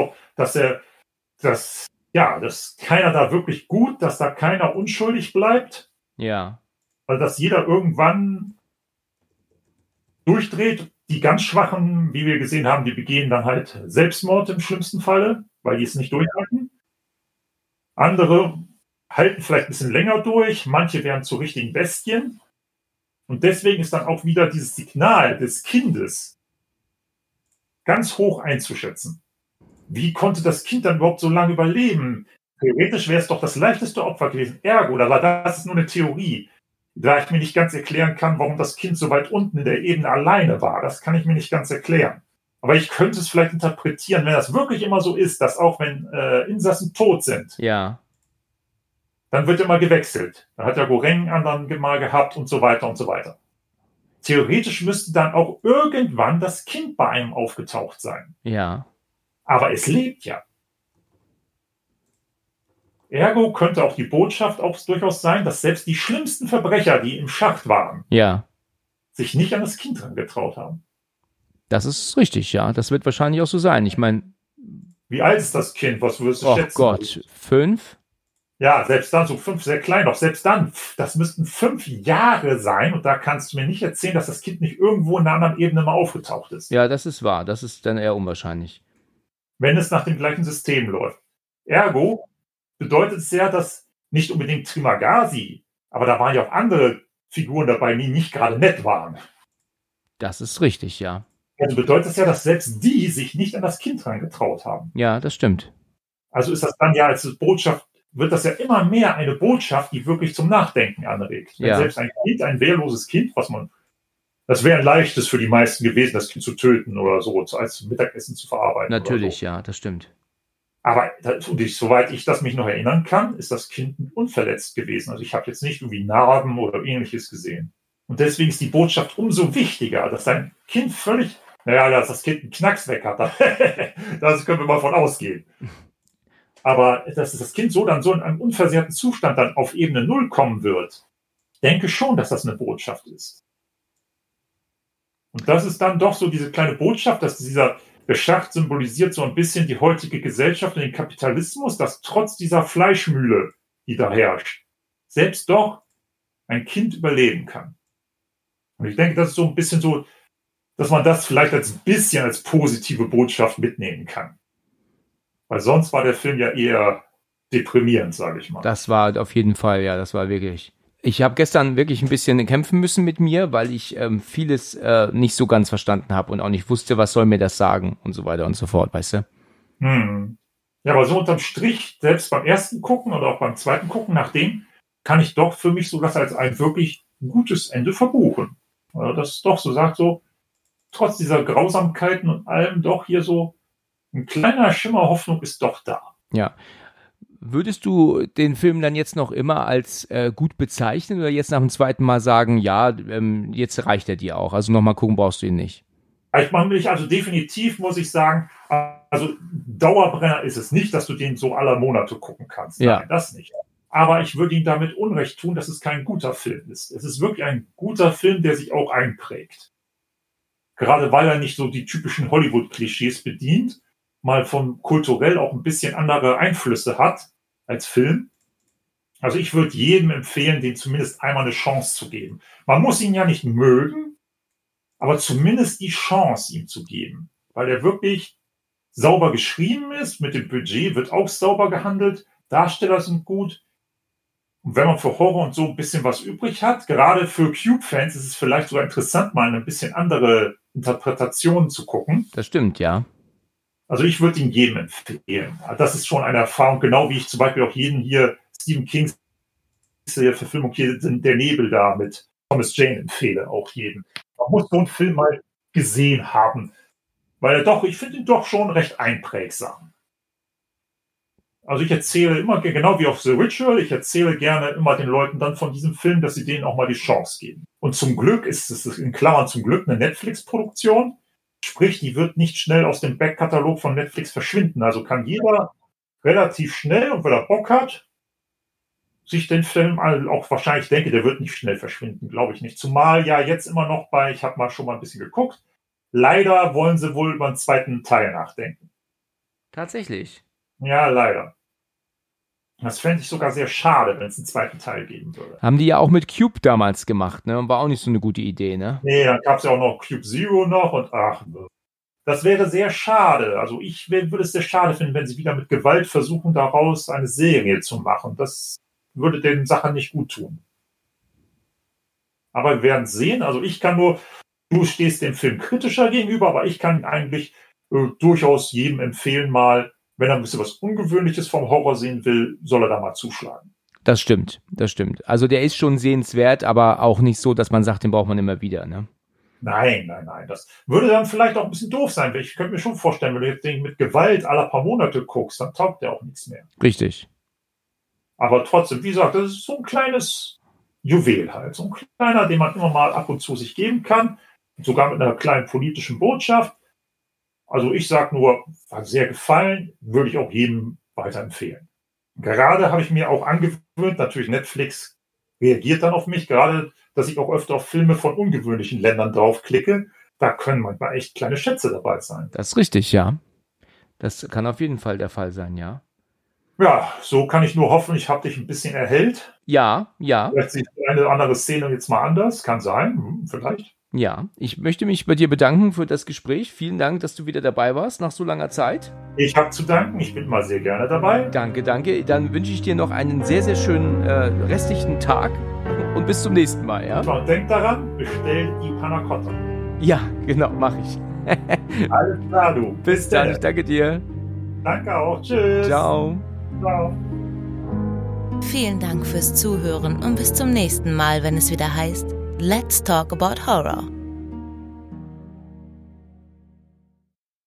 keiner da wirklich gut, dass da keiner unschuldig bleibt. Ja. Weil dass jeder irgendwann durchdreht. Die ganz Schwachen, wie wir gesehen haben, die begehen dann halt Selbstmord im schlimmsten Falle, weil die es nicht durchhalten. Andere halten vielleicht ein bisschen länger durch, manche werden zu richtigen Bestien. Und deswegen ist dann auch wieder dieses Signal des Kindes ganz hoch einzuschätzen. Wie konnte das Kind dann überhaupt so lange überleben? Theoretisch wäre es doch das leichteste Opfer gewesen. Ergo, oder das ist nur eine Theorie, da ich mir nicht ganz erklären kann, warum das Kind so weit unten in der Ebene alleine war. Das kann ich mir nicht ganz erklären. Aber ich könnte es vielleicht interpretieren, wenn das wirklich immer so ist, dass auch wenn Insassen tot sind, Ja. dann wird immer gewechselt. Dann hat der Goreng einen anderen mal gehabt und so weiter und so weiter. Theoretisch müsste dann auch irgendwann das Kind bei einem aufgetaucht sein. Ja. Aber es lebt ja. Ergo könnte auch die Botschaft auch durchaus sein, dass selbst die schlimmsten Verbrecher, die im Schacht waren, Ja. sich nicht an das Kind herangetraut haben. Das ist richtig, ja. Das wird wahrscheinlich auch so sein. Ich meine, Wie alt ist das Kind? Was würdest du oh schätzen? Gott, 5? Ja, selbst dann, so 5, sehr klein, doch selbst dann, das müssten 5 Jahre sein und da kannst du mir nicht erzählen, dass das Kind nicht irgendwo in einer anderen Ebene mal aufgetaucht ist. Ja, das ist wahr. Das ist dann eher unwahrscheinlich. Wenn es nach dem gleichen System läuft. Ergo bedeutet es ja, dass nicht unbedingt Trimagasi, aber da waren ja auch andere Figuren dabei, die nicht gerade nett waren. Das ist richtig, ja. Also bedeutet das ja, dass selbst die sich nicht an das Kind herangetraut haben. Ja, das stimmt. Also ist das dann ja als Botschaft, wird das ja immer mehr eine Botschaft, die wirklich zum Nachdenken anregt. Wenn selbst ein Kind, ein wehrloses Kind, das wäre ein leichtes für die meisten gewesen, das Kind zu töten oder so, als Mittagessen zu verarbeiten. Natürlich, so. Ja, das stimmt. Aber soweit ich das mich noch erinnern kann, ist das Kind unverletzt gewesen. Also ich habe jetzt nicht irgendwie Narben oder ähnliches gesehen. Und deswegen ist die Botschaft umso wichtiger, dass dein Kind dass das Kind einen Knacks weg hat. Das können wir mal von ausgehen. Aber dass das Kind so in einem unversehrten Zustand dann auf Ebene 0 kommen wird, denke schon, dass das eine Botschaft ist. Und das ist dann doch so diese kleine Botschaft, dass der Schacht symbolisiert so ein bisschen die heutige Gesellschaft und den Kapitalismus, dass trotz dieser Fleischmühle, die da herrscht, selbst doch ein Kind überleben kann. Und ich denke, das ist so ein bisschen so, dass man das vielleicht als positive Botschaft mitnehmen kann. Weil sonst war der Film ja eher deprimierend, sage ich mal. Das war auf jeden Fall, ja, das war wirklich. Ich habe gestern wirklich ein bisschen kämpfen müssen mit mir, weil ich vieles nicht so ganz verstanden habe und auch nicht wusste, was soll mir das sagen und so weiter und so fort, weißt du? Ja, aber so unterm Strich, selbst beim ersten Gucken oder auch beim zweiten Gucken, kann ich doch für mich so das als ein wirklich gutes Ende verbuchen. Also das ist doch so, sagt so, trotz dieser Grausamkeiten und allem doch hier so ein kleiner Schimmer Hoffnung ist doch da. Ja. Würdest du den Film dann jetzt noch immer als gut bezeichnen oder jetzt nach dem zweiten Mal sagen, ja, jetzt reicht er dir auch, also nochmal gucken brauchst du ihn nicht? Also definitiv muss ich sagen, also Dauerbrenner ist es nicht, dass du den so aller Monate gucken kannst. Ja. Nein, das nicht. Aber ich würde ihm damit Unrecht tun, dass es kein guter Film ist. Es ist wirklich ein guter Film, der sich auch einprägt. Gerade weil er nicht so die typischen Hollywood-Klischees bedient, mal von kulturell auch ein bisschen andere Einflüsse hat als Film. Also ich würde jedem empfehlen, dem zumindest einmal eine Chance zu geben. Man muss ihn ja nicht mögen, aber zumindest die Chance ihm zu geben, weil er wirklich sauber geschrieben ist, mit dem Budget wird auch sauber gehandelt, Darsteller sind gut. Und wenn man für Horror und so ein bisschen was übrig hat, gerade für Cube-Fans ist es vielleicht sogar interessant, mal ein bisschen andere Interpretationen zu gucken. Das stimmt, ja. Also ich würde ihn jedem empfehlen. Das ist schon eine Erfahrung, genau wie ich zum Beispiel auch jeden hier Stephen Kings Verfilmung hier, Der Nebel da mit Thomas Jane empfehle, auch jedem. Man muss so einen Film mal gesehen haben, weil ich finde ihn doch schon recht einprägsam. Also ich erzähle immer, genau wie auf The Ritual, ich erzähle gerne immer den Leuten dann von diesem Film, dass sie denen auch mal die Chance geben. Und zum Glück ist es in Klammern zum Glück eine Netflix-Produktion. Sprich, die wird nicht schnell aus dem Backkatalog von Netflix verschwinden. Also kann jeder relativ schnell, und wenn er Bock hat, sich den Film auch wahrscheinlich denke, der wird nicht schnell verschwinden, glaube ich nicht. Zumal ja jetzt immer noch ich habe schon mal ein bisschen geguckt, leider wollen sie wohl über einen zweiten Teil nachdenken. Tatsächlich? Ja, leider. Das fände ich sogar sehr schade, wenn es einen zweiten Teil geben würde. Haben die ja auch mit Cube damals gemacht, ne? War auch nicht so eine gute Idee, ne? Nee, dann gab es ja auch noch Cube Zero noch und das wäre sehr schade. Also ich würde es sehr schade finden, wenn sie wieder mit Gewalt versuchen, daraus eine Serie zu machen. Das würde den Sachen nicht gut tun. Aber wir werden sehen. Also du stehst dem Film kritischer gegenüber, aber ich kann eigentlich durchaus jedem empfehlen, mal, wenn er ein bisschen was Ungewöhnliches vom Horror sehen will, soll er da mal zuschlagen. Das stimmt. Also der ist schon sehenswert, aber auch nicht so, dass man sagt, den braucht man immer wieder, ne? Nein. Das würde dann vielleicht auch ein bisschen doof sein. Ich könnte mir schon vorstellen, wenn du jetzt den mit Gewalt alle paar Monate guckst, dann taugt der auch nichts mehr. Richtig. Aber trotzdem, wie gesagt, das ist so ein kleines Juwel halt. So ein kleiner, den man immer mal ab und zu sich geben kann. Sogar mit einer kleinen politischen Botschaft. Also ich sage nur, hat sehr gefallen, würde ich auch jedem weiterempfehlen. Gerade habe ich mir auch angewöhnt, natürlich Netflix reagiert dann auf mich, gerade, dass ich auch öfter auf Filme von ungewöhnlichen Ländern draufklicke. Da können manchmal echt kleine Schätze dabei sein. Das ist richtig, ja. Das kann auf jeden Fall der Fall sein, ja. Ja, so kann ich nur hoffen, ich habe dich ein bisschen erhellt. Ja. Vielleicht sieht eine oder andere Szene jetzt mal anders, kann sein, vielleicht. Ja, ich möchte mich bei dir bedanken für das Gespräch. Vielen Dank, dass du wieder dabei warst nach so langer Zeit. Ich habe zu danken, ich bin mal sehr gerne dabei. Danke. Dann wünsche ich dir noch einen sehr, sehr schönen restlichen Tag und bis zum nächsten Mal, ja? Und denk daran, bestell die Panna Cotta. Ja, genau, mache ich. Alles klar, du. Bis dann, ich danke dir. Danke auch. Tschüss. Ciao. Ciao. Vielen Dank fürs Zuhören und bis zum nächsten Mal, wenn es wieder heißt Let's Talk About Horror.